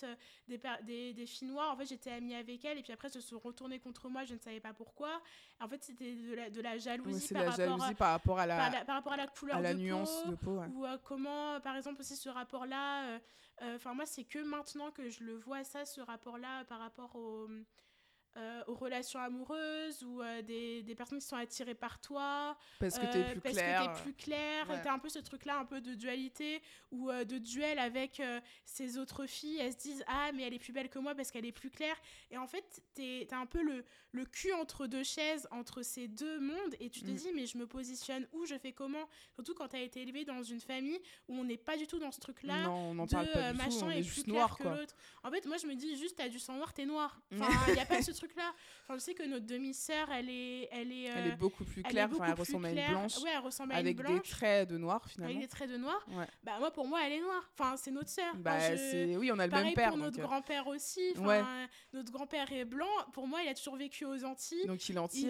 des filles noires, en fait j'étais amie avec elles et puis après elles se sont retournées contre moi, je ne savais pas pourquoi. En fait c'était de la jalousie, par rapport à la couleur la nuance de peau, ou comment par exemple aussi ce rapport là moi c'est que maintenant que je le vois, ça, ce rapport là par rapport aux relations amoureuses ou des personnes qui sont attirées par toi parce que t'es plus clair. T'as un peu ce truc là un peu de dualité ou de duel avec ces autres filles. Elles se disent ah mais elle est plus belle que moi parce qu'elle est plus claire, et en fait t'as un peu le cul entre deux chaises, entre ces deux mondes, et tu te dis mais je me positionne où, je fais comment, surtout quand t'as été élevée dans une famille où on n'est pas du tout dans ce truc là. Non, on en parle pas du tout, on est juste noir que l'autre. En fait moi je me dis juste t'as du sang noir, t'es noir, enfin il y a pas ce truc là. Enfin, je sais que notre demi-sœur elle est beaucoup plus claire, elle ressemble à une blanche. Ouais, elle ressemble à avec une blanche des traits de noir finalement. Avec des traits de noir. Moi pour moi elle est noire, enfin c'est notre sœur. Oui, on a le même père. Pour notre grand-père aussi, notre grand-père est blanc, pour moi il a toujours vécu aux Antilles, donc il est antillais.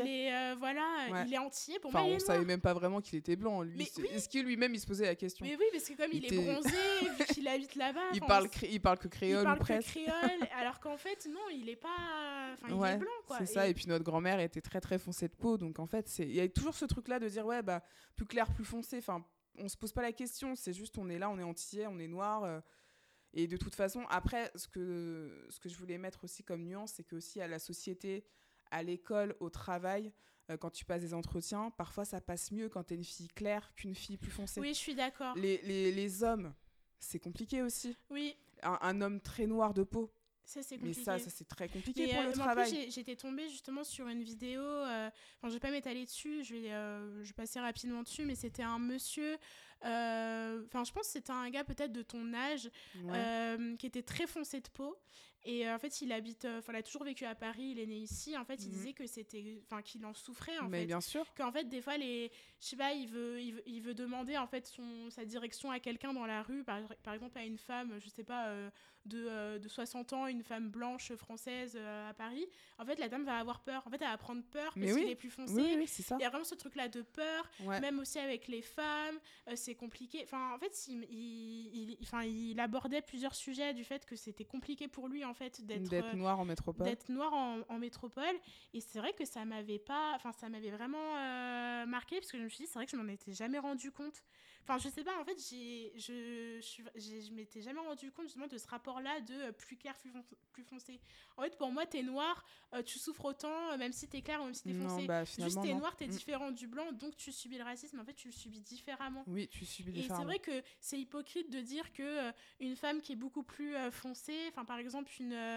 Il est antillais, pour moi il est noir. On savait même pas vraiment qu'il était blanc lui. Est-ce que lui-même il se posait la question? Mais oui, parce que comme il est bronzé, vu qu'il habite là-bas, il parle que créole ou presque. Alors qu'en fait non, il est pas, il est blanc quoi. C'est ça. Et puis notre grand-mère était très très foncée de peau, donc en fait il y a toujours ce truc là de dire plus clair, plus foncé, enfin on se pose pas la question, c'est juste on est là, on est antillais, on est noir. Et de toute façon, après, ce que je voulais mettre aussi comme nuance, c'est qu'aussi à la société, à l'école, au travail, quand tu passes des entretiens, parfois ça passe mieux quand t'es une fille claire qu'une fille plus foncée. Oui, je suis d'accord. Les hommes, c'est compliqué aussi. Oui. Un homme très noir de peau. Ça, c'est compliqué. Mais ça c'est très compliqué pour le travail. En plus, j'étais tombée justement sur une vidéo, je vais pas m'étaler dessus, je vais passer rapidement dessus, mais c'était un monsieur, je pense que c'était un gars peut-être de ton âge, qui était très foncé de peau. Et en fait, il a toujours vécu à Paris, il est né ici. En fait, il disait que qu'il en souffrait en fait. Mais bien sûr. Qu'en fait, des fois, je sais pas, il veut demander en fait sa direction à quelqu'un dans la rue, par exemple à une femme, je sais pas, de 60 ans, une femme blanche française à Paris. En fait, la dame va avoir peur. En fait, elle va prendre peur parce qu'il est plus foncé. Oui, c'est ça. Il y a vraiment ce truc-là de peur, même aussi avec les femmes, c'est compliqué. Enfin, en fait, il abordait plusieurs sujets du fait que c'était compliqué pour lui en fait d'être noir en métropole. D'être noir en métropole, et c'est vrai que ça m'avait vraiment marqué, parce que je me suis dit c'est vrai que je m'en étais jamais rendu compte. Enfin, je sais pas, en fait, je m'étais jamais rendu compte justement de ce rapport-là de plus clair, plus foncé. En fait, pour moi, t'es noir, tu souffres autant, même si t'es clair ou même si t'es foncé. Juste, t'es noir, t'es différent du blanc, donc tu subis le racisme. En fait, tu le subis différemment. Oui, tu subis différemment. Et c'est vrai que c'est hypocrite de dire que une femme qui est beaucoup plus foncée, par exemple,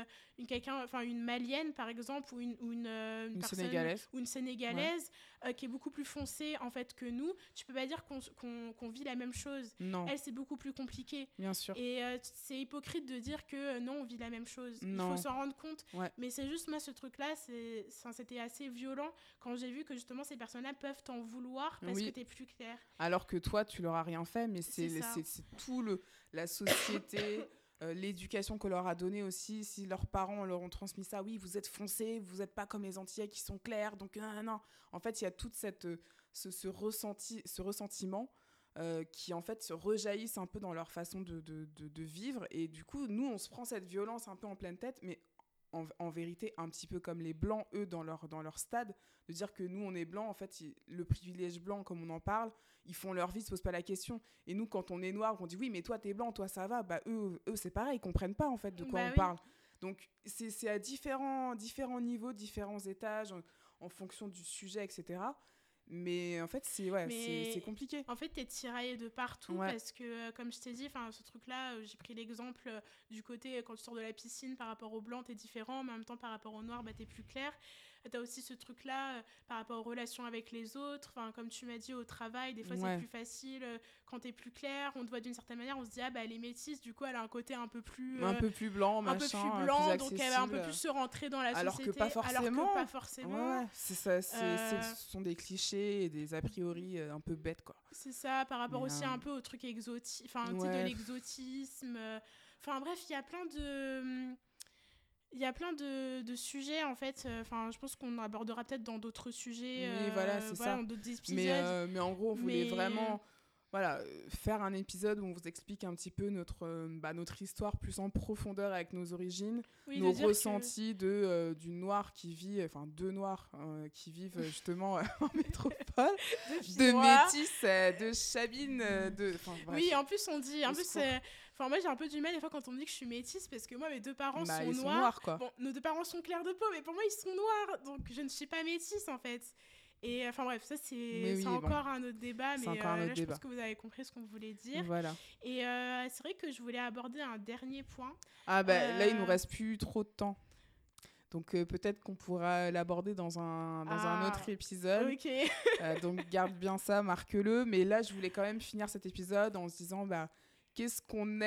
une malienne, par exemple, ou une personne, sénégalaise. Ou une sénégalaise qui est beaucoup plus foncée, en fait, que nous, tu peux pas dire qu'on vit la même chose. Non. Elle, c'est beaucoup plus compliqué. Bien sûr. Et c'est hypocrite de dire que non, on vit la même chose. Non. Il faut s'en rendre compte. Ouais. Mais c'est juste, moi, ce truc-là, c'était assez violent quand j'ai vu que justement ces personnes-là peuvent t'en vouloir parce que t'es plus clair. Alors que toi, tu leur as rien fait, mais c'est tout la société. L'éducation qu'on leur a donnée aussi, si leurs parents leur ont transmis ça, oui, vous êtes foncés, vous n'êtes pas comme les Antillais qui sont clairs, donc non. En fait, il y a tout ce ressentiment qui en fait se rejaillissent un peu dans leur façon de vivre, et du coup, nous, on se prend cette violence un peu en pleine tête, mais en vérité, un petit peu comme les Blancs, eux, dans leur stade, de dire que nous, on est Blancs, en fait, le privilège blanc, comme on en parle, ils font leur vie, ils se posent pas la question. Et nous, quand on est noir, on dit oui, mais toi, t'es blanc, toi, ça va. Eux, c'est pareil, ils comprennent pas, en fait, de quoi on parle. Donc, c'est à différents niveaux, différents étages, en fonction du sujet, etc. Mais en fait, c'est compliqué. En fait, t'es tiraillé de partout parce que, comme je t'ai dit, ce truc-là, j'ai pris l'exemple du côté, quand tu sors de la piscine, par rapport au blanc, t'es différent, mais en même temps, par rapport au noir, t'es plus clair. T'as aussi ce truc-là par rapport aux relations avec les autres. Comme tu m'as dit, au travail, des fois, c'est plus facile quand t'es plus clair. On te voit d'une certaine manière, on se dit, elle est métisse, du coup, elle a un côté un peu plus blanc, machin, un peu plus blanc, plus donc elle va un peu plus se rentrer dans la alors société. Que pas forcément. C'est ça, ce sont des clichés et des a priori un peu bêtes, quoi. C'est ça, par rapport aussi un peu au truc exotique, de l'exotisme. Bref, il y a plein de... Il y a plein de sujets, en fait. Je pense qu'on abordera peut-être dans d'autres sujets. Oui, voilà, c'est ça. Dans d'autres épisodes. Mais en gros, on voulait vraiment faire un épisode où on vous explique un petit peu notre histoire plus en profondeur avec nos origines, nos ressentis du noir qui vit, deux noirs qui vivent justement en métropole, de métis, de chabine, Oui, en plus on dit... moi j'ai un peu du mal des fois quand on me dit que je suis métisse parce que moi mes deux parents sont noirs. Quoi. Bon, nos deux parents sont clairs de peau, mais pour moi ils sont noirs, donc je ne suis pas métisse en fait. Et bref, ça c'est encore un autre débat, mais je pense que vous avez compris ce qu'on voulait dire. Voilà. Et c'est vrai que je voulais aborder un dernier point. Là il nous reste plus trop de temps. Donc peut-être qu'on pourra l'aborder dans un autre épisode. Ok. Donc garde bien ça, marque-le. Mais là je voulais quand même finir cet épisode en se disant qu'est-ce qu'on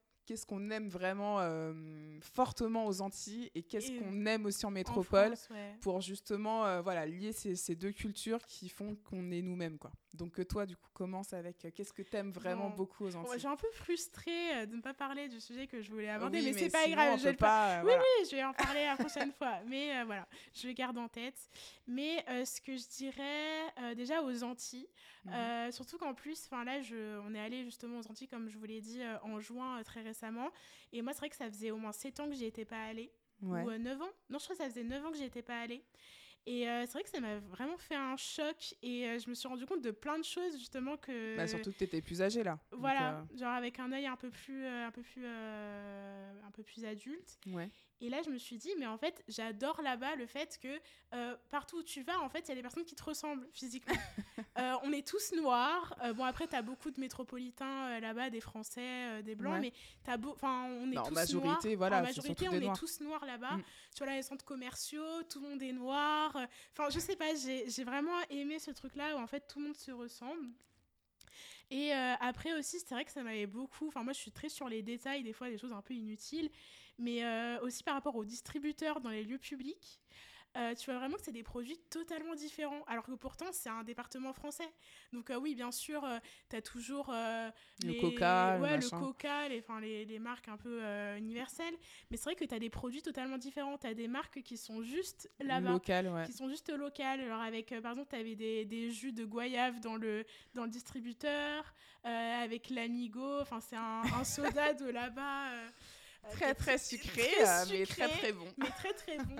aime vraiment fortement aux Antilles et qu'est-ce qu'on aime aussi en métropole en France, pour justement lier ces deux cultures qui font qu'on est nous-mêmes, quoi. Donc toi du coup commence avec qu'est-ce que t'aimes vraiment beaucoup aux Antilles. Je suis un peu frustrée de ne pas parler du sujet que je voulais aborder, mais c'est pas grave, je vais je vais en parler la prochaine fois, mais je le garde en tête. Mais ce que je dirais déjà aux Antilles, surtout qu'en plus là on est allé justement aux Antilles comme je vous l'ai dit en juin très récemment, et moi c'est vrai que ça faisait au moins 7 ans que j'y étais pas allée, ou 9 ans, non je crois que ça faisait 9 ans que j'y étais pas allée. Et c'est vrai que ça m'a vraiment fait un choc et je me suis rendu compte de plein de choses justement que... surtout que t'étais plus âgée là. Voilà, genre avec un œil un peu plus adulte. Ouais. Et là, je me suis dit, mais en fait, j'adore là-bas le fait que partout où tu vas, en fait, il y a des personnes qui te ressemblent physiquement. On est tous noirs. Après, t'as beaucoup de métropolitains là-bas, des Français, des Blancs, mais on est tous majorité, noirs. Voilà, en majorité, on est tous noirs là-bas. Tu vois, là, les centres commerciaux, tout le monde est noir. Je sais pas, j'ai vraiment aimé ce truc-là où, en fait, tout le monde se ressemble. Et après aussi, c'est vrai que ça m'avait beaucoup... moi, je suis très sur les détails, des fois, des choses un peu inutiles. Mais aussi par rapport aux distributeurs dans les lieux publics, tu vois vraiment que c'est des produits totalement différents, alors que pourtant c'est un département français. Donc oui, bien sûr, tu as toujours le Coca, les marques un peu universelles, mais c'est vrai que tu as des produits totalement différents. Tu as des marques qui sont juste là-bas, qui sont juste locales. Alors avec, par exemple, tu avais des jus de goyave dans le distributeur, avec l'Amigo, c'est un soda de là-bas... très sucré, mais très très bon. Mais très très bon.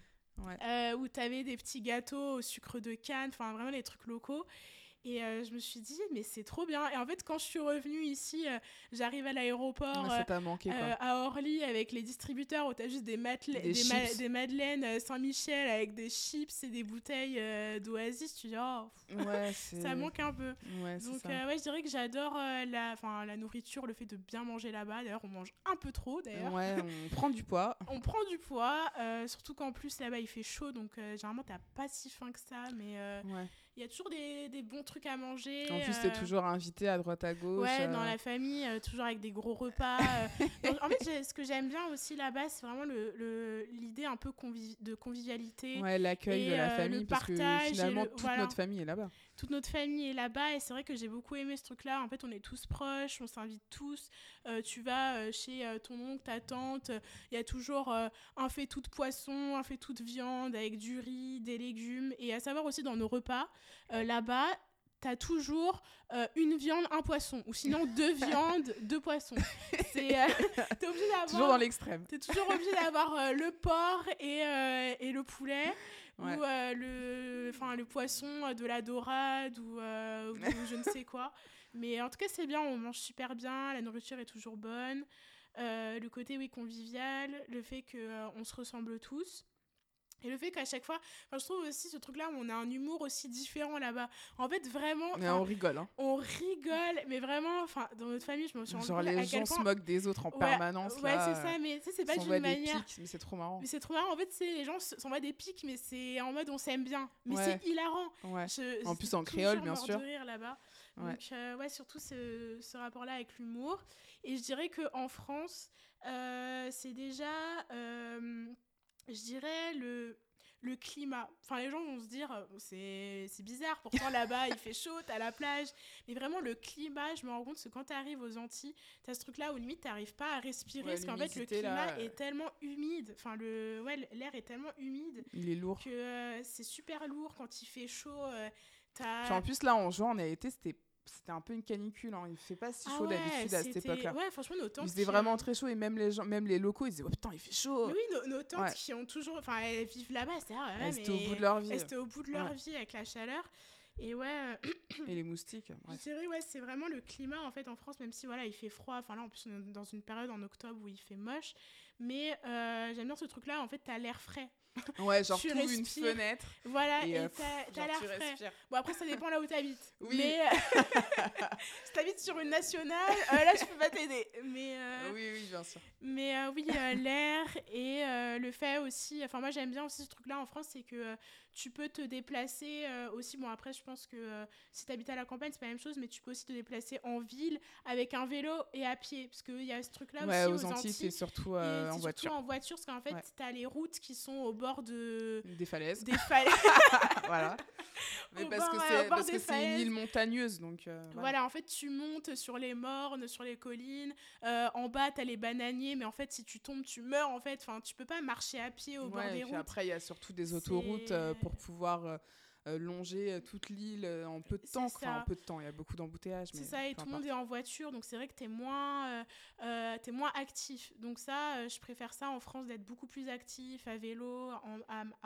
Où tu avais des petits gâteaux au sucre de canne, vraiment les trucs locaux. Et je me suis dit, mais c'est trop bien. Et en fait, quand je suis revenue ici, j'arrive à l'aéroport ça t'a manqué, quoi. à Orly avec les distributeurs où tu as juste des madeleines Saint-Michel avec des chips et des bouteilles d'Oasis. Tu dis, ça manque un peu. Donc, je dirais que j'adore la nourriture, le fait de bien manger là-bas. D'ailleurs, on mange un peu trop. D'ailleurs. Ouais, on prend du poids. On prend du poids, surtout qu'en plus, là-bas, il fait chaud. Donc, généralement, tu n'as pas si faim que ça. Mais il y a toujours des bons trucs à manger. En plus, t'es toujours invité à droite à gauche. Ouais, dans la famille, toujours avec des gros repas. Donc, en fait, ce que j'aime bien aussi là-bas, c'est vraiment l'idée un peu de convivialité. Ouais, l'accueil de la famille, le parce partage que finalement, toute notre famille est là-bas. Toute notre famille est là-bas et c'est vrai que j'ai beaucoup aimé ce truc-là. En fait, on est tous proches, on s'invite tous. Tu vas chez ton oncle, ta tante, il y a toujours un faitout de poisson, un faitout de viande avec du riz, des légumes. Et à savoir aussi dans nos repas, là-bas, t'as toujours une viande, un poisson, ou sinon 2 viandes, 2 poissons. T'es obligé d'avoir... Toujours dans l'extrême. T'es toujours obligé d'avoir le porc et le poulet, ou le poisson de la dorade, ou je ne sais quoi. Mais en tout cas, c'est bien, on mange super bien, la nourriture est toujours bonne. Le côté, convivial, le fait qu'on se ressemble tous. Et le fait qu'à chaque fois, je trouve aussi ce truc-là où on a un humour aussi différent là-bas. En fait, vraiment... Mais on rigole, hein. On rigole, mais vraiment, dans notre famille, je me suis rendu Genre compte les à quel gens point... se moquent des autres en permanence, Ouais, là. c'est ça, mais tu sais, c'est pas s'envoient d'une manière... des pics, mais c'est trop marrant. Mais c'est trop marrant, en fait, les gens s'envoient des pics, mais c'est en mode on s'aime bien. Mais Ouais. c'est hilarant. Ouais. En plus en créole, bien sûr. De rire là-bas. Ouais. Donc, ouais, surtout ce rapport-là avec l'humour. Et je dirais qu'en France, c'est déjà, je dirais, le climat. Enfin, les gens vont se dire, c'est bizarre, pourtant là-bas, il fait chaud, t'as la plage. Mais vraiment, le climat, je me rends compte que quand t'arrives aux Antilles, t'as ce truc-là où limite, t'arrives pas à respirer. Parce qu'en fait, le climat là, est tellement humide. Enfin, l'air est tellement humide. Il est lourd. Que c'est super lourd quand il fait chaud. Puis en plus, là, en juin, on a été, c'était un peu une canicule, hein. Il fait pas si chaud d'habitude à cette époque-là. Ouais, franchement, nos tantes. Il faisait vraiment très chaud et même les locaux, ils disaient, oh putain, il fait chaud. Mais oui, nos tantes qui ont toujours. Enfin, elles vivent là-bas, elles étaient au bout de leur vie. Elles étaient au bout de leur vie avec la chaleur. Et ouais. Et les moustiques. Je dirais, ouais, c'est vraiment le climat en fait en France, même si voilà, il fait froid. Enfin là, en plus, on est dans une période en octobre où il fait moche. Mais j'aime bien ce truc-là, en fait, t'as l'air frais. Ouais, genre tu ouvres une fenêtre. Voilà, et t'as l'air frais. Respires. Bon, après, ça dépend là où t'habites. Oui. Mais si t'habites sur une nationale, là, je peux pas t'aider. Mais, oui, bien sûr. Mais oui, l'air et le fait aussi... Enfin, moi, j'aime bien aussi ce truc-là en France, c'est que tu peux te déplacer aussi. Bon, après, je pense que si t'habites à la campagne, c'est pas la même chose, mais tu peux aussi te déplacer en ville avec un vélo et à pied. Parce qu'il y a ce truc-là aussi aux Antilles. C'est surtout en voiture. Surtout en voiture, parce qu'en fait, t'as les routes qui sont au bord des falaises. Voilà. Mais parce que c'est une île montagneuse, donc... voilà, en fait, tu montes sur les mornes, sur les collines. En bas, t'as les bananiers, mais en fait, si tu tombes, tu meurs, en fait. Enfin, tu peux pas marcher à pied au bord des routes. Après, il y a surtout des autoroutes pour pouvoir... longer toute l'île en peu de temps. En peu de temps, il y a beaucoup d'embouteillages. C'est ça, et tout le monde est en voiture, donc c'est vrai que t'es moins actif. Donc ça, je préfère ça en France, d'être beaucoup plus actif, à vélo, en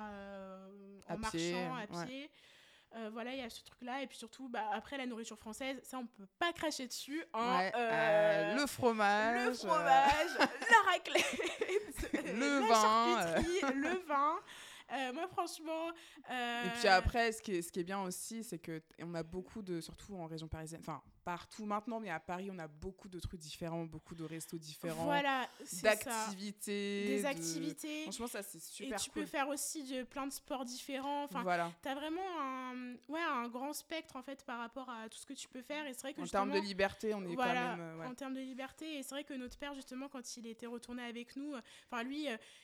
marchant, à pied. Voilà, il y a ce truc-là. Et puis surtout, après, la nourriture française, ça, on peut pas cracher dessus. Hein. Le fromage. La raclette. Le vin. Charcuterie, le vin. Moi, franchement... Et puis après, ce qui est bien aussi, c'est qu'on a beaucoup de... Surtout en région parisienne, enfin, partout maintenant, mais à Paris, on a beaucoup de trucs différents, beaucoup de restos différents. Voilà, d'activités. Des activités. Franchement, ça, c'est super cool. Et tu peux faire aussi plein de sports différents. Enfin, t'as vraiment un grand spectre, en fait, par rapport à tout ce que tu peux faire. Et c'est vrai que en termes de liberté, on est quand même... en termes de liberté. Et c'est vrai que notre père, justement, quand il était retourné avec nous, lui...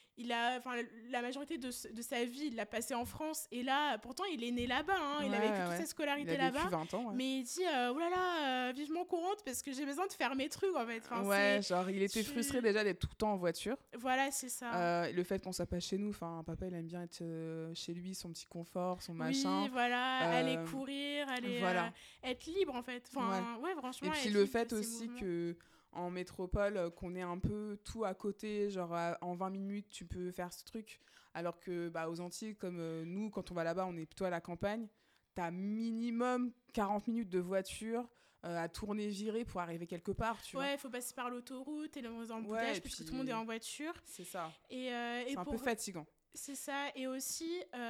la majorité de sa vie, il l'a passé en France. Et là, pourtant, il est né là-bas. Hein, il a vécu toute sa scolarité là-bas. Il a vécu 20 ans. Mais il dit, oh là là, vivement qu'on rentre parce que j'ai besoin de faire mes trucs, en fait. Enfin, genre, il était frustré déjà d'être tout le temps en voiture. Voilà, c'est ça. Le fait qu'on soit pas chez nous. Enfin, papa, il aime bien être chez lui, son petit confort, son machin. Oui, voilà. Aller courir, aller être libre, en fait. Enfin, franchement. Et puis le fait aussi que... en métropole, qu'on ait un peu tout à côté, genre en 20 minutes, tu peux faire ce truc. Alors que aux Antilles, comme nous, quand on va là-bas, on est plutôt à la campagne, t'as minimum 40 minutes de voiture à tourner, virer pour arriver quelque part, tu vois. Ouais, il faut passer par l'autoroute et les embouteillages parce que tout le monde est en voiture. C'est ça. C'est un peu fatigant. C'est ça. Et aussi,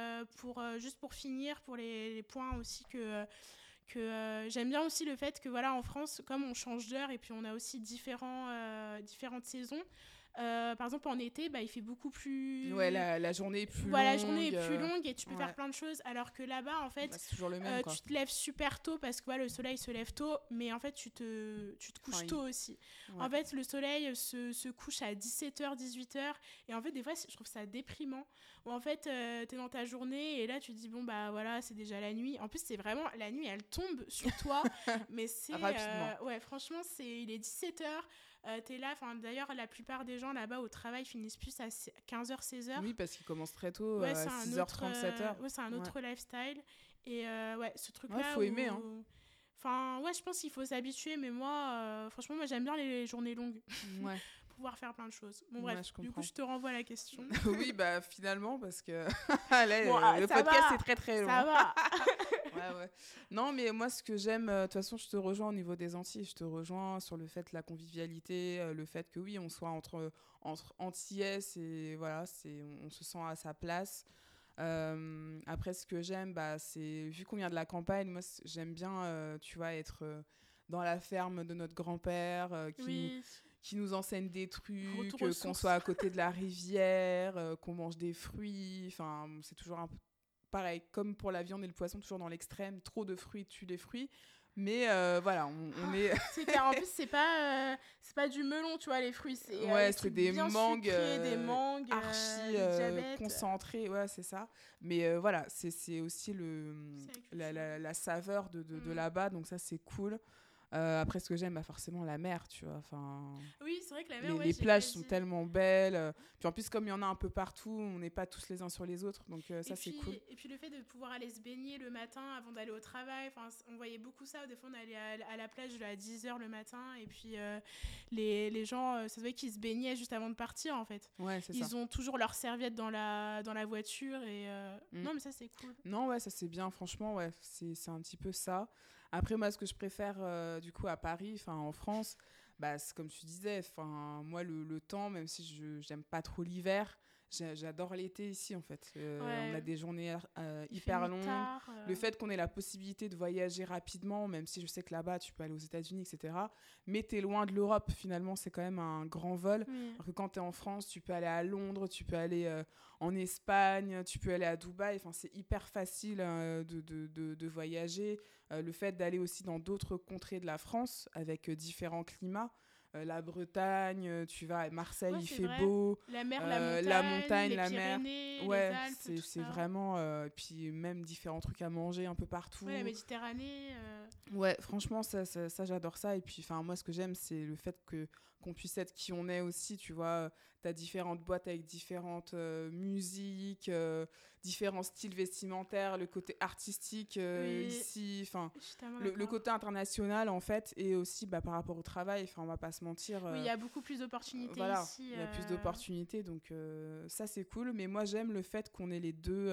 juste pour finir, pour les points aussi que j'aime bien aussi le fait que en France, comme on change d'heure et puis on a aussi différentes saisons, par exemple en été, il fait beaucoup plus... Ouais, la journée est plus longue. La journée est plus longue et tu peux faire plein de choses, alors que là-bas, en fait, c'est toujours le même, tu te lèves super tôt parce que le soleil se lève tôt, mais en fait, tu te couches tôt aussi. Ouais. En fait, le soleil se couche à 17h, 18h, et en fait, des fois, je trouve ça déprimant, où en fait, t'es dans ta journée, et là, tu te dis, bon, c'est déjà la nuit. En plus, c'est vraiment, la nuit, elle tombe sur toi, mais c'est... rapidement. Franchement, il est 17h, t'es là, d'ailleurs, la plupart des gens là-bas au travail finissent plus à 15h, 16h. Oui, parce qu'ils commencent très tôt, à 6h30, 7h. C'est un autre lifestyle. Et ce truc-là... Il faut aimer, hein. Enfin, je pense qu'il faut s'habituer, mais moi, franchement, j'aime bien les journées longues. Ouais. Pouvoir faire plein de choses. Bon, bref, du coup, je te renvoie à la question. Oui, finalement, parce que là, le podcast est très, très long. Ça va. Ouais. Non, mais moi, ce que j'aime, de toute façon, je te rejoins au niveau des Antilles. Je te rejoins sur le fait de la convivialité, le fait que, oui, on soit entre Antillais, et voilà, on se sent à sa place. Après, ce que j'aime, c'est, vu qu'on vient de la campagne, moi, j'aime bien, tu vois, être dans la ferme de notre grand-père, qui nous enseigne des trucs, qu'on soit à côté de la rivière, qu'on mange des fruits. Enfin, c'est toujours un peu pareil, comme pour la viande et le poisson, toujours dans l'extrême. Trop de fruits tue les fruits. Mais voilà, on est... C'est clair, en plus, c'est pas du melon, tu vois, les fruits. C'est des mangues, des mangues archi concentrées, ouais, c'est ça. Mais voilà, c'est aussi la saveur de là-bas, donc ça, c'est cool. Après, ce que j'aime, forcément, la mer, tu vois. Enfin, oui, c'est vrai que la mer, les plages sont tellement belles. Puis en plus, comme il y en a un peu partout, on n'est pas tous les uns sur les autres. Donc ça, c'est cool. Et puis le fait de pouvoir aller se baigner le matin avant d'aller au travail. On voyait beaucoup ça. Des fois, on allait à la plage à 10h le matin. Et puis les gens, ça se voyait qu'ils se baignaient juste avant de partir, en fait. Ouais, c'est ça. Ils ont toujours leur serviette dans la voiture. Et non, mais ça, c'est cool. Non, ouais, ça, c'est bien. Franchement, ouais, c'est un petit peu ça. Après, moi, ce que je préfère, du coup, à Paris, en France, c'est comme tu disais, moi, le temps, même si je n'aime pas trop l'hiver, j'adore l'été ici, en fait. On a des journées hyper longues. Le fait qu'on ait la possibilité de voyager rapidement, même si je sais que là-bas, tu peux aller aux États-Unis, etc. Mais tu es loin de l'Europe, finalement, c'est quand même un grand vol. Alors que quand tu es en France, tu peux aller à Londres, tu peux aller en Espagne, tu peux aller à Dubaï. C'est hyper facile de voyager. Le fait d'aller aussi dans d'autres contrées de la France, avec différents climats. La Bretagne, tu vas à Marseille, il fait beau. La mer, la montagne, les la Pyrénées, mer. les Alpes, c'est vraiment... puis même différents trucs à manger un peu partout. Ouais, la Méditerranée. Ouais, franchement, ça j'adore ça. Et puis, moi, ce que j'aime, c'est le fait qu'on puisse être qui on est aussi, tu vois. T'as différentes boîtes avec différentes musiques, différents styles vestimentaires, le côté artistique ici, le côté international, en fait, et aussi par rapport au travail, on va pas se mentir. Oui, il y a beaucoup plus d'opportunités ici. Il y a plus d'opportunités, donc ça, c'est cool. Mais moi, j'aime le fait qu'on ait les deux...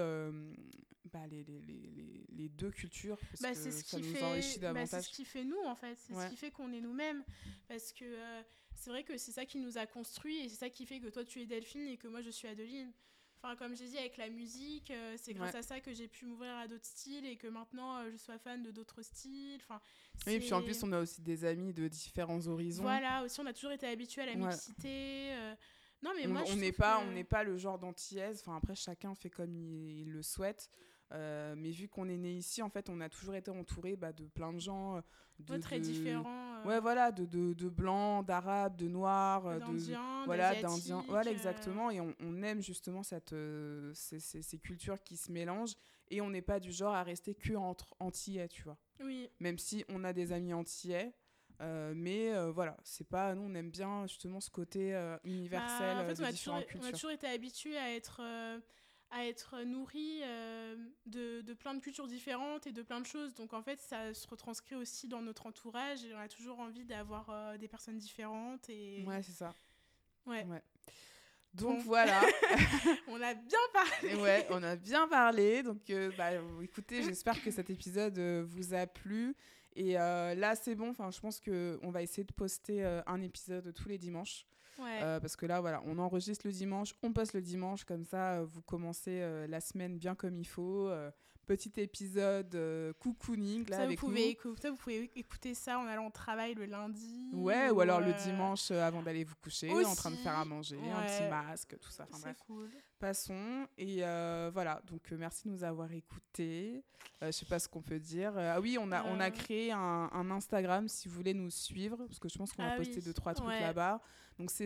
les deux cultures, parce que ça nous enrichit davantage. C'est ce qui fait nous, en fait. C'est ce qui fait qu'on est nous-mêmes. Parce que c'est vrai que c'est ça qui nous a construits, et c'est ça qui fait que toi, tu es Delphine et que moi, je suis Adeline. Comme j'ai dit, avec la musique, c'est grâce à ça que j'ai pu m'ouvrir à d'autres styles et que maintenant, je sois fan de d'autres styles. Oui, et puis en plus, on a aussi des amis de différents horizons. Voilà, aussi, on a toujours été habitués à la mixité. Non, mais moi, on n'est pas le genre d'antillaise. Après, chacun fait comme il le souhaite. Mais vu qu'on est né ici, en fait, on a toujours été entouré de plein de gens très différents. Ouais, voilà, de blancs, d'arabes, de noirs, d'asiatiques. Voilà, exactement. Et on aime justement ces cultures qui se mélangent. Et on n'est pas du genre à rester que entre antillais, tu vois. Oui. Même si on a des amis antillais. Mais voilà, c'est pas... Nous, on aime bien justement ce côté universel en fait, de différentes cultures. On a toujours été habitués à être nourris de plein de cultures différentes et de plein de choses. Donc, en fait, ça se retranscrit aussi dans notre entourage et on a toujours envie d'avoir des personnes différentes. Ouais, c'est ça. Ouais. Donc, voilà. On a bien parlé. Ouais, on a bien parlé. Donc, écoutez, j'espère que cet épisode vous a plu. Et là, c'est bon. Je pense qu'on va essayer de poster un épisode tous les dimanches. Ouais. Parce que là, voilà, on enregistre le dimanche, on poste le dimanche, comme ça, vous commencez la semaine bien comme il faut. Petit épisode cocooning là, avec nous. Vous pouvez écouter ça en allant au travail le lundi. Ouais, ou alors le dimanche avant d'aller vous coucher, aussi, en train de faire à manger, un petit masque, tout ça. Bref, cool. Passons. Et voilà, donc merci de nous avoir écoutés. Je sais pas ce qu'on peut dire. Ah oui, on a créé un Instagram si vous voulez nous suivre, parce que je pense qu'on a posté 2-3 trucs là-bas. Donc c'est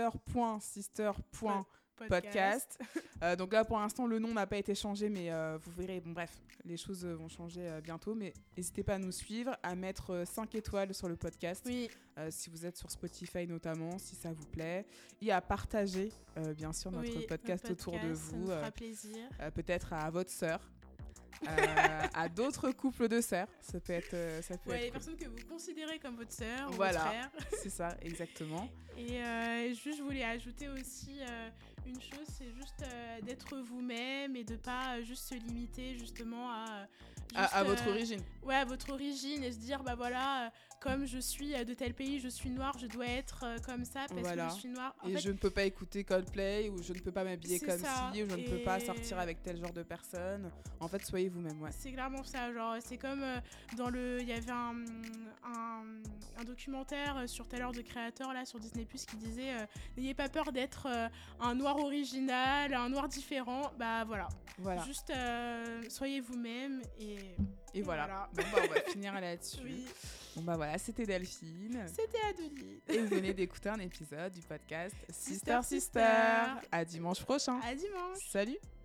sister.sister.podcast. Donc là, pour l'instant, le nom n'a pas été changé, mais vous verrez, bref, les choses vont changer bientôt. Mais n'hésitez pas à nous suivre, à mettre 5 étoiles sur le podcast, si vous êtes sur Spotify notamment, si ça vous plaît, et à partager, bien sûr, notre podcast autour de vous. Ça nous fera plaisir. Peut-être à votre sœur. À d'autres couples de sœurs, ça peut être les cool. personnes que vous considérez comme votre sœur ou votre frère. C'est ça, exactement. Et juste, je voulais ajouter aussi une chose, c'est juste d'être vous-même et de pas juste se limiter justement à à votre origine. Ouais, à votre origine, et se dire, bah voilà, comme je suis de tel pays, je suis noire, je dois être comme ça parce que je suis noire. Et je ne peux pas écouter Coldplay, ou je ne peux pas m'habiller comme ci, ou je ne peux pas sortir avec tel genre de personne. En fait, soyez vous-même, ouais. C'est clairement ça, genre, c'est comme il y avait un documentaire sur Tyler, the Creator, là, sur Disney+, qui disait n'ayez pas peur d'être un noir original, un noir différent, bah voilà. Juste soyez vous-même et voilà. Bon, bah, on va finir là-dessus. Oui. Bon bah voilà, c'était Delphine. C'était Adeline. Et vous venez d'écouter un épisode du podcast Sister. À dimanche prochain. À dimanche. Salut.